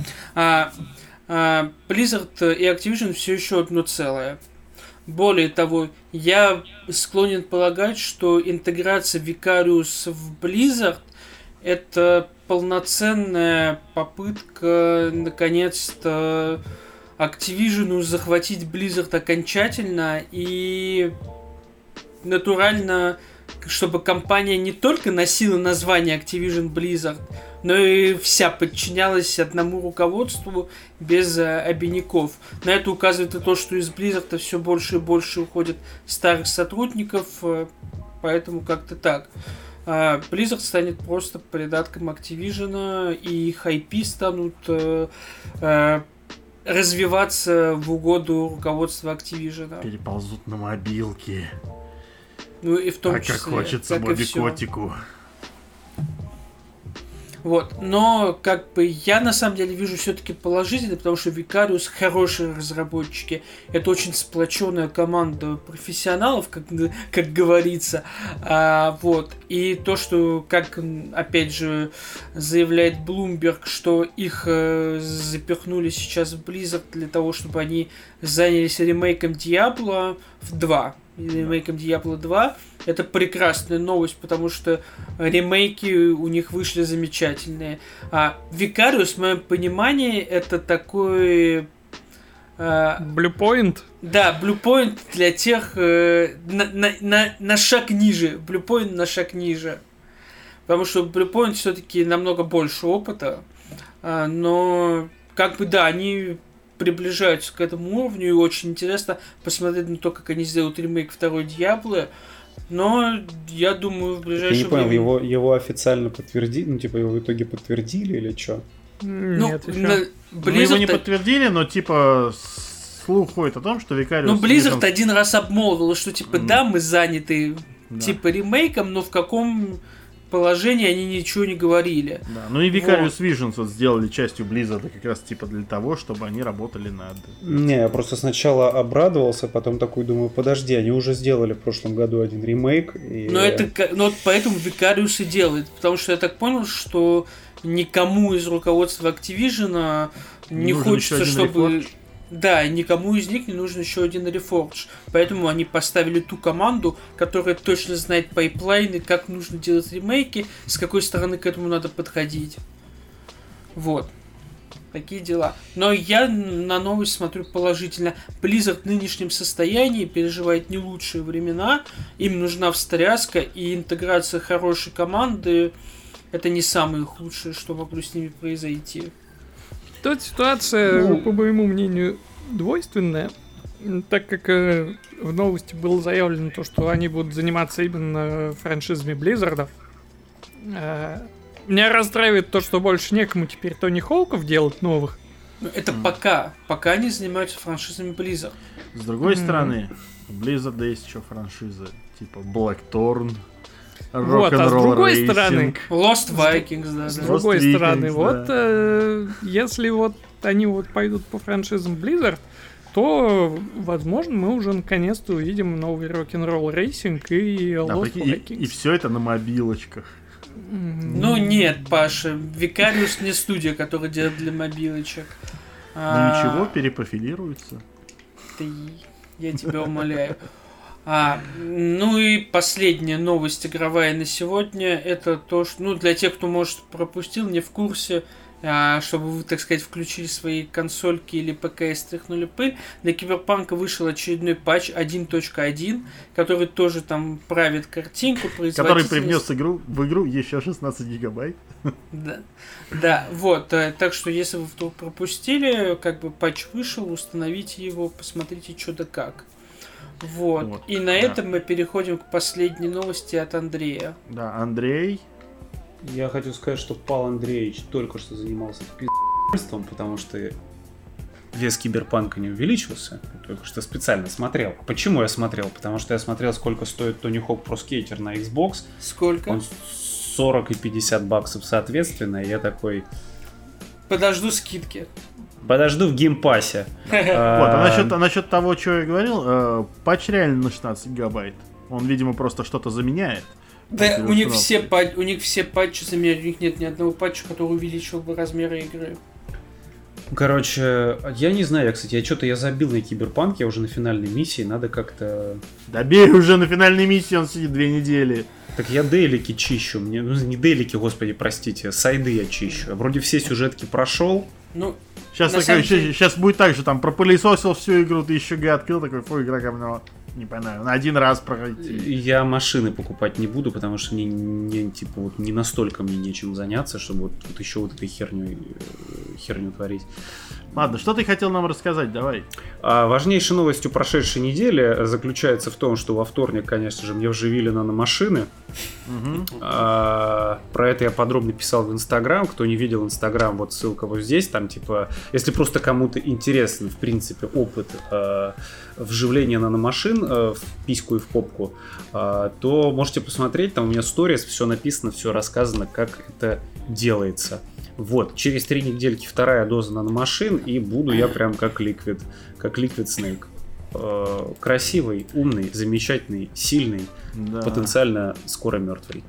Blizzard и Activision все еще одно целое. Более того, я склонен полагать, что интеграция Vicarious в Blizzard это полноценная попытка наконец-то Activision захватить Blizzard окончательно и натурально, чтобы компания не только носила название Activision Blizzard, но и вся подчинялась одному руководству без обиняков. На это указывает и то, что из Blizzard все больше и больше уходит старых сотрудников, поэтому как-то так. Blizzard станет просто придатком Activision, и их IP станут развиваться в угоду руководства Activision. Переползут на мобилки. И в том числе. Как хочется Бобби-котику. Вот, но я на самом деле вижу все-таки положительно, потому что Vicarious хорошие разработчики, это очень сплоченная команда профессионалов, как говорится, вот, и то, что, как опять же заявляет Bloomberg, что их запихнули сейчас в Blizzard для того, чтобы они занялись ремейком Diablo 2. Ремейком Diablo 2. Это прекрасная новость, потому что ремейки у них вышли замечательные. Vicarious, в моем понимании, это такой... Bluepoint? Да, Bluepoint для тех... на шаг ниже. Bluepoint на шаг ниже. Потому что Bluepoint все-таки намного больше опыта. Но, они... приближаются к этому уровню, и очень интересно посмотреть на то, как они сделают ремейк второй Диабло. Но я думаю, в ближайшее время... Я не понял, его официально подтвердили, его в итоге подтвердили или что? Нет, ну, еще. Мы его не Blizzard, подтвердили, но типа слух ходит о том, что Викариус... ну, Blizzard Visions- один раз обмолвил, что типа да, мы заняты Да. типа ремейком, но в каком положении они ничего не говорили. Да, ну и Vicarious Visions вот сделали частью Blizzard как раз типа для того, чтобы они работали над... Не, я просто сначала обрадовался, потом такой думаю, подожди, они уже сделали в прошлом году один ремейк. И... Но это, ну, вот поэтому Vicarious и делает, потому что я так понял, что никому из руководства Activision не нужен хочется, еще один чтобы... Reforged? Да, никому из них не нужен еще один Reforged. Поэтому они поставили ту команду, которая точно знает пайплайны, как нужно делать ремейки, с какой стороны к этому надо подходить. Вот. Такие дела. Но я на новость смотрю положительно. Blizzard в нынешнем состоянии переживает не лучшие времена. Им нужна встряска и интеграция хорошей команды. Это не самое худшее, что могло с ними произойти. Тут ситуация, по моему мнению, двойственная, так как в новости было заявлено то, что они будут заниматься именно франшизами Близзардов. Меня расстраивает то, что больше некому теперь Тони Хоуков делать новых. Но это пока они занимаются франшизами Blizzard. С другой стороны, у Blizzard есть еще франшизы, типа Blackthorn, Вот, а с Rock'n'Roll другой Racing. стороны, Lost Vikings, да. с да. другой Vikings, стороны, да. вот если вот они вот пойдут по франшизам Blizzard, то, возможно, мы уже наконец-то увидим новый Rock'n'Roll Racing и Да, Lost прикинь, Vikings. и все это на мобилочках. Ну нет, Паша, Vicarious не студия, которая делает для мобилочек. Ну ничего, перепрофилируется. Я тебя умоляю. Ну и последняя новость игровая на сегодня, это то, что, ну, для тех, кто, может, пропустил, не в курсе, чтобы вы, так сказать, включили свои консольки или ПК и стряхнули пыль, для Киберпанка вышел очередной патч 1.1, который тоже там правит картинку, Который производительность. привнес в игру еще 16 гигабайт. Да, вот, так что если вы вдруг пропустили, как бы патч вышел, установите его, посмотрите, что да как. Вот. И на этом мы переходим к последней новости от Андрея. Да, Андрей. Я хочу сказать, что Павел Андреевич только что занимался пиздством, потому что вес Киберпанка не увеличился. Я только что специально смотрел. Почему я смотрел? Потому что я смотрел, сколько стоит Tony Hawk Pro Skater на Xbox. Сколько? Он 40 и 50 баксов соответственно. И я такой... Подожду скидки. Подожду в геймпассе. Вот, а насчет того, что я говорил, патч реально на 16 гигабайт. Он, видимо, просто что-то заменяет. Да, после у них установки. все патчи заменяют, у них нет ни одного патча, который увеличил бы размеры игры. Короче, я не знаю, я забил на Киберпанк, я уже на финальной миссии, надо как-то... Да бей уже на финальной миссии, он сидит 2 недели. Так я дейлики чищу, мне, ну не дейлики, господи, простите, сайды я чищу. Я вроде все сюжетки прошел. Ну, Сейчас, на самом деле- сейчас будет так же, там пропылесосил всю игру, ты еще открыл, такой, фу, игра говно. Не понимаю, на один раз пройти. Я машины покупать не буду, потому что типа, вот, не настолько мне нечем заняться, чтобы вот еще вот этой херню творить. Ладно, что ты хотел нам рассказать, давай. Важнейшей новостью прошедшей недели заключается в том, что во вторник, конечно же, мне вживили наномашины. Про это я подробно писал в Инстаграм. Кто не видел Инстаграм, вот ссылка вот здесь. Там типа, если просто кому-то интересен, в принципе, опыт вживления наномашин в письку и в попку, то можете посмотреть. Там у меня сторис, все написано, все рассказано, как это делается. Вот, через 3 недельки вторая доза наномашин, и буду я прям как Liquid Snake. Красивый, умный, замечательный, сильный, Да. потенциально скоро мертвый.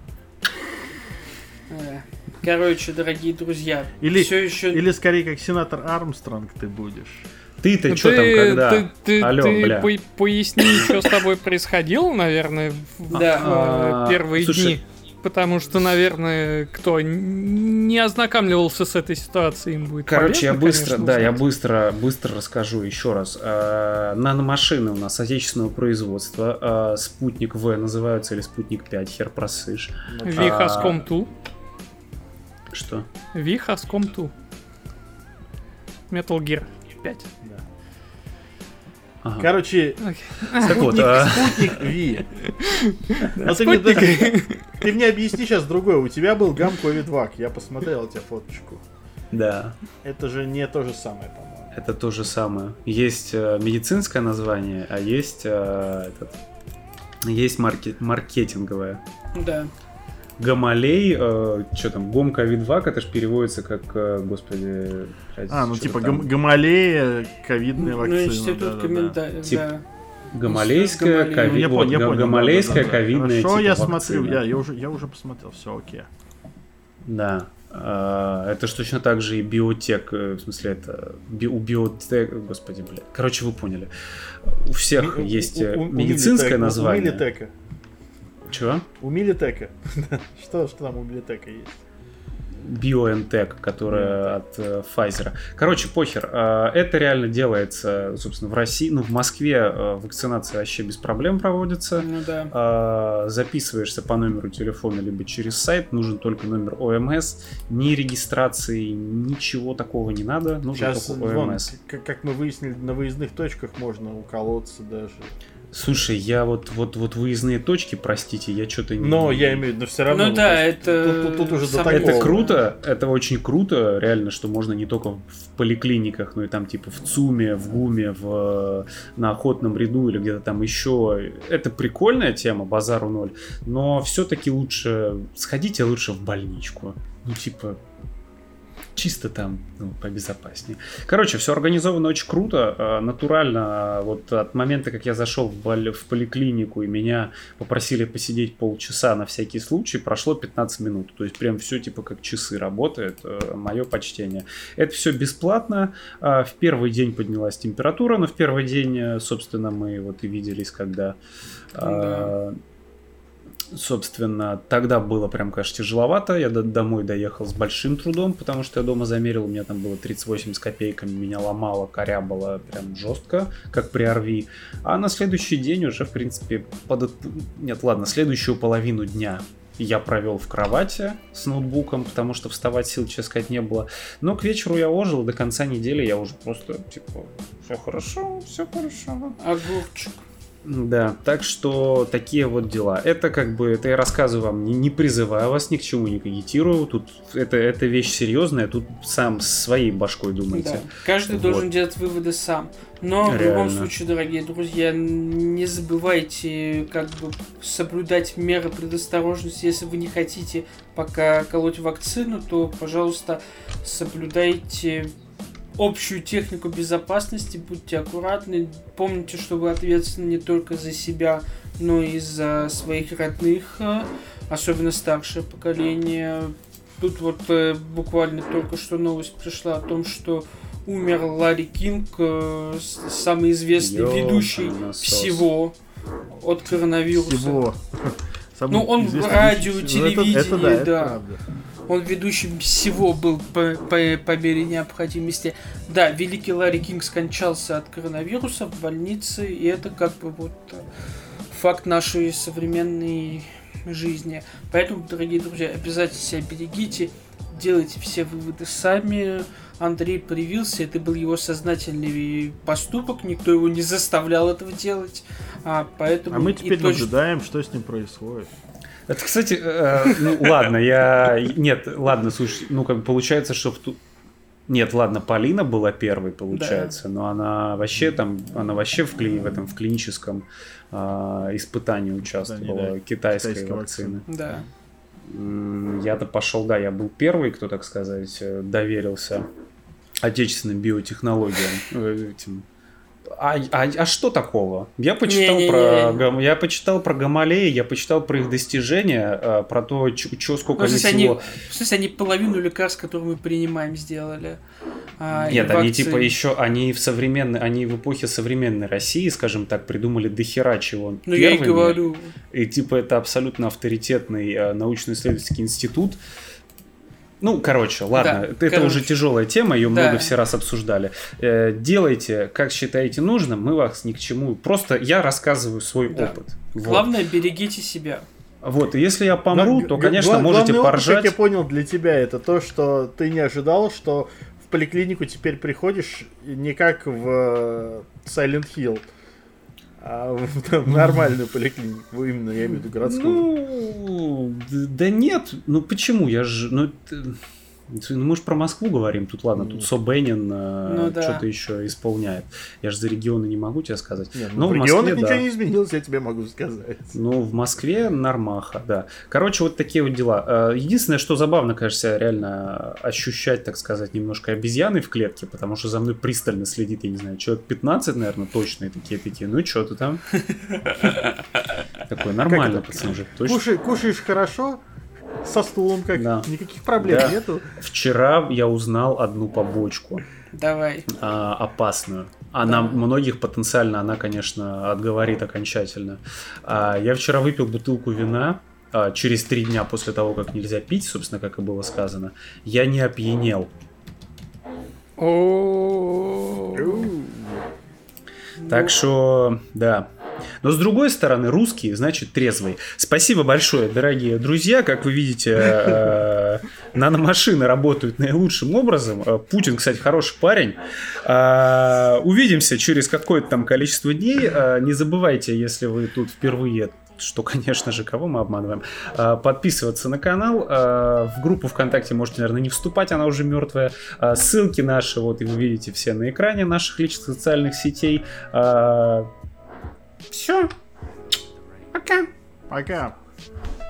короче, дорогие друзья, Или, все еще... или скорее как сенатор Армстронг ты будешь. Ты-то что там когда? Алло, бля. Поясни, что с тобой происходило, наверное, в первые слушай, дни. Потому что, наверное, кто не ознакомливался с этой ситуацией, им будет Короче, я полезно, быстро, конечно, узнать. быстро расскажу еще раз. Наномашины у нас отечественного производства. Спутник В называются, или Спутник 5, хер просышь. Вихаском Ту. Что? Вихаском Ту. Metal Gear 5. Ага. Короче, Так вот, спутник Ви. А ты мне объясни сейчас другое. У тебя был гам Ковид Вак. Я посмотрел тебе фоточку. Да, Это же не то же самое, по-моему. это то же самое. Есть медицинское название, а есть есть маркетинговое. Да. Гамалей, что там, Гом-ковид-2, это же переводится как, господи... Ну что-то типа там. Гамалея, ковидная Ну, вакцина. институт комментариев, Тип- да. Гамалейская Ну, ковид... Я вот, понял. Гамалейская да. ковидная Хорошо, типа я вакцина. смотрю, я уже посмотрел, все окей. Да. Это ж точно так же и биотек, в смысле, это у биотек, господи, блядь. Короче, вы поняли. У всех есть медицинское название. У Милитека. Чего? У Милитека. Что там у Милитека есть? BioNTech, которая от Pfizer. Короче, похер. Это реально делается, собственно, в России. Ну, в Москве вакцинация вообще без проблем проводится. Ну да. Записываешься по номеру телефона либо через сайт. Нужен только номер ОМС. Ни регистрации, ничего такого не надо. Нужен Сейчас, только вон, ОМС. как мы выяснили, на выездных точках можно уколоться даже. Слушай, я вот выездные точки, простите, я что-то не... Но я имею в виду, все равно. Ну да, это... Тут уже до самое- такого. Это круто, это очень круто, реально, что можно не только в поликлиниках, но и там типа в ЦУМе, в ГУМе, на Охотном ряду или где-то там еще. Это прикольная тема, базару ноль, но все-таки сходите лучше в больничку. Ну типа... Чисто там, побезопаснее. Короче, все организовано очень круто, натурально. Вот от момента, как я зашел в поликлинику и меня попросили посидеть полчаса на всякий случай, прошло 15 минут. То есть прям все типа как часы работает. Мое почтение. Это все бесплатно. В первый день поднялась температура, но в первый день, собственно, мы вот и виделись, когда... Да. Собственно, тогда было прям, конечно, тяжеловато. Я домой доехал с большим трудом, потому что я дома замерил, у меня там было 38 с копейками, меня ломало, корябало прям жестко, как при ОРВИ. А на следующий день уже, в принципе, следующую половину дня я провел в кровати с ноутбуком, потому что вставать сил, честно сказать, не было. Но к вечеру я ожил, до конца недели я уже просто, типа, все хорошо. Огурчик. Да, так что такие вот дела. Это как бы, это я рассказываю вам, не призываю вас, ни к чему не агитирую. Тут это вещь серьезная, тут сам своей башкой думайте. Да. Каждый Вот. должен делать выводы сам. Но в Реально. любом случае, дорогие друзья, не забывайте как бы соблюдать меры предосторожности. Если вы не хотите пока колоть вакцину, то, пожалуйста, соблюдайте общую технику безопасности, будьте аккуратны, помните, что вы ответственны не только за себя, но и за своих родных, особенно старшее поколение. Тут вот буквально только что новость пришла о том, что умер Ларри Кинг, самый известный ведущий всего от коронавируса. Всего. Ну, он в радио, телевидении, это да. правда. Он ведущим всего был по мере необходимости. Да, великий Ларри Кинг скончался от коронавируса в больнице, и это как бы вот факт нашей современной жизни. Поэтому, дорогие друзья, обязательно себя берегите, делайте все выводы сами. Андрей привился, это был его сознательный поступок, никто его не заставлял этого делать. Поэтому мы теперь наблюдаем, что с ним происходит. Это, кстати, ладно, Нет, ладно, слушай, как бы получается, что Нет, ладно, Полина была первой, получается, да. Но она вообще в клиническом испытании участвовала, китайской вакцины. Да. Я-то пошел, да, я был первый, кто, так сказать, доверился отечественным биотехнологиям, этим. А что такого? Я почитал про Гамалеи, я почитал про их достижения, про то, сколько они всего... В смысле, они половину лекарств, которые мы принимаем, сделали. Нет, они типа еще, они в эпохе современной России, скажем так, придумали дохера чего. Ну, я и говорю. И типа это абсолютно авторитетный научно-исследовательский институт. Ну, короче, ладно, да, это уже тяжелая тема, ее много все раз обсуждали. Делайте, как считаете нужным, мы вас ни к чему. Просто я рассказываю свой опыт. Главное, берегите себя. Вот, и если я помру, то, конечно, можете поржать. Как я понял, для тебя это то, что ты не ожидал, что в поликлинику теперь приходишь не как в Silent Hill, а в нормальную поликлинику, именно, я имею в виду городскую. Ну, да нет, почему? Ну, мы же про Москву говорим, тут ладно, тут Собянин да. что-то еще исполняет. Я же за регионы не могу тебе сказать. Нет, но в в регионах Москве, ничего да. не изменилось, я тебе могу сказать. Ну, в Москве нормаха, да. Короче, вот такие вот дела. Единственное, что забавно, кажется, реально ощущать, так сказать, немножко обезьяны в клетке, потому что за мной пристально следит, я не знаю, человек 15, наверное, точно, и такие, ну и что ты там? Такой, нормально, пацан же. Кушаешь хорошо? Со стулом как? Да. Никаких проблем Да. нету? Вчера я узнал одну побочку. Давай. Опасную. Она многих потенциально, она, конечно, отговорит окончательно. Я вчера выпил бутылку вина через 3 дня после того, как нельзя пить, собственно, как и было сказано. Я не опьянел. Так что, да. Но с другой стороны, русский, значит, трезвый. Спасибо большое, дорогие друзья. Как вы видите, наномашины работают наилучшим образом. Путин, кстати, хороший парень. Увидимся через какое-то там количество дней. Не забывайте, если вы тут впервые, что, конечно же, кого мы обманываем, подписываться на канал. В группу ВКонтакте можете, наверное, не вступать, она уже мертвая. Ссылки наши, вот, и вы видите все на экране наших личных социальных сетей. Все. Пока. Пока.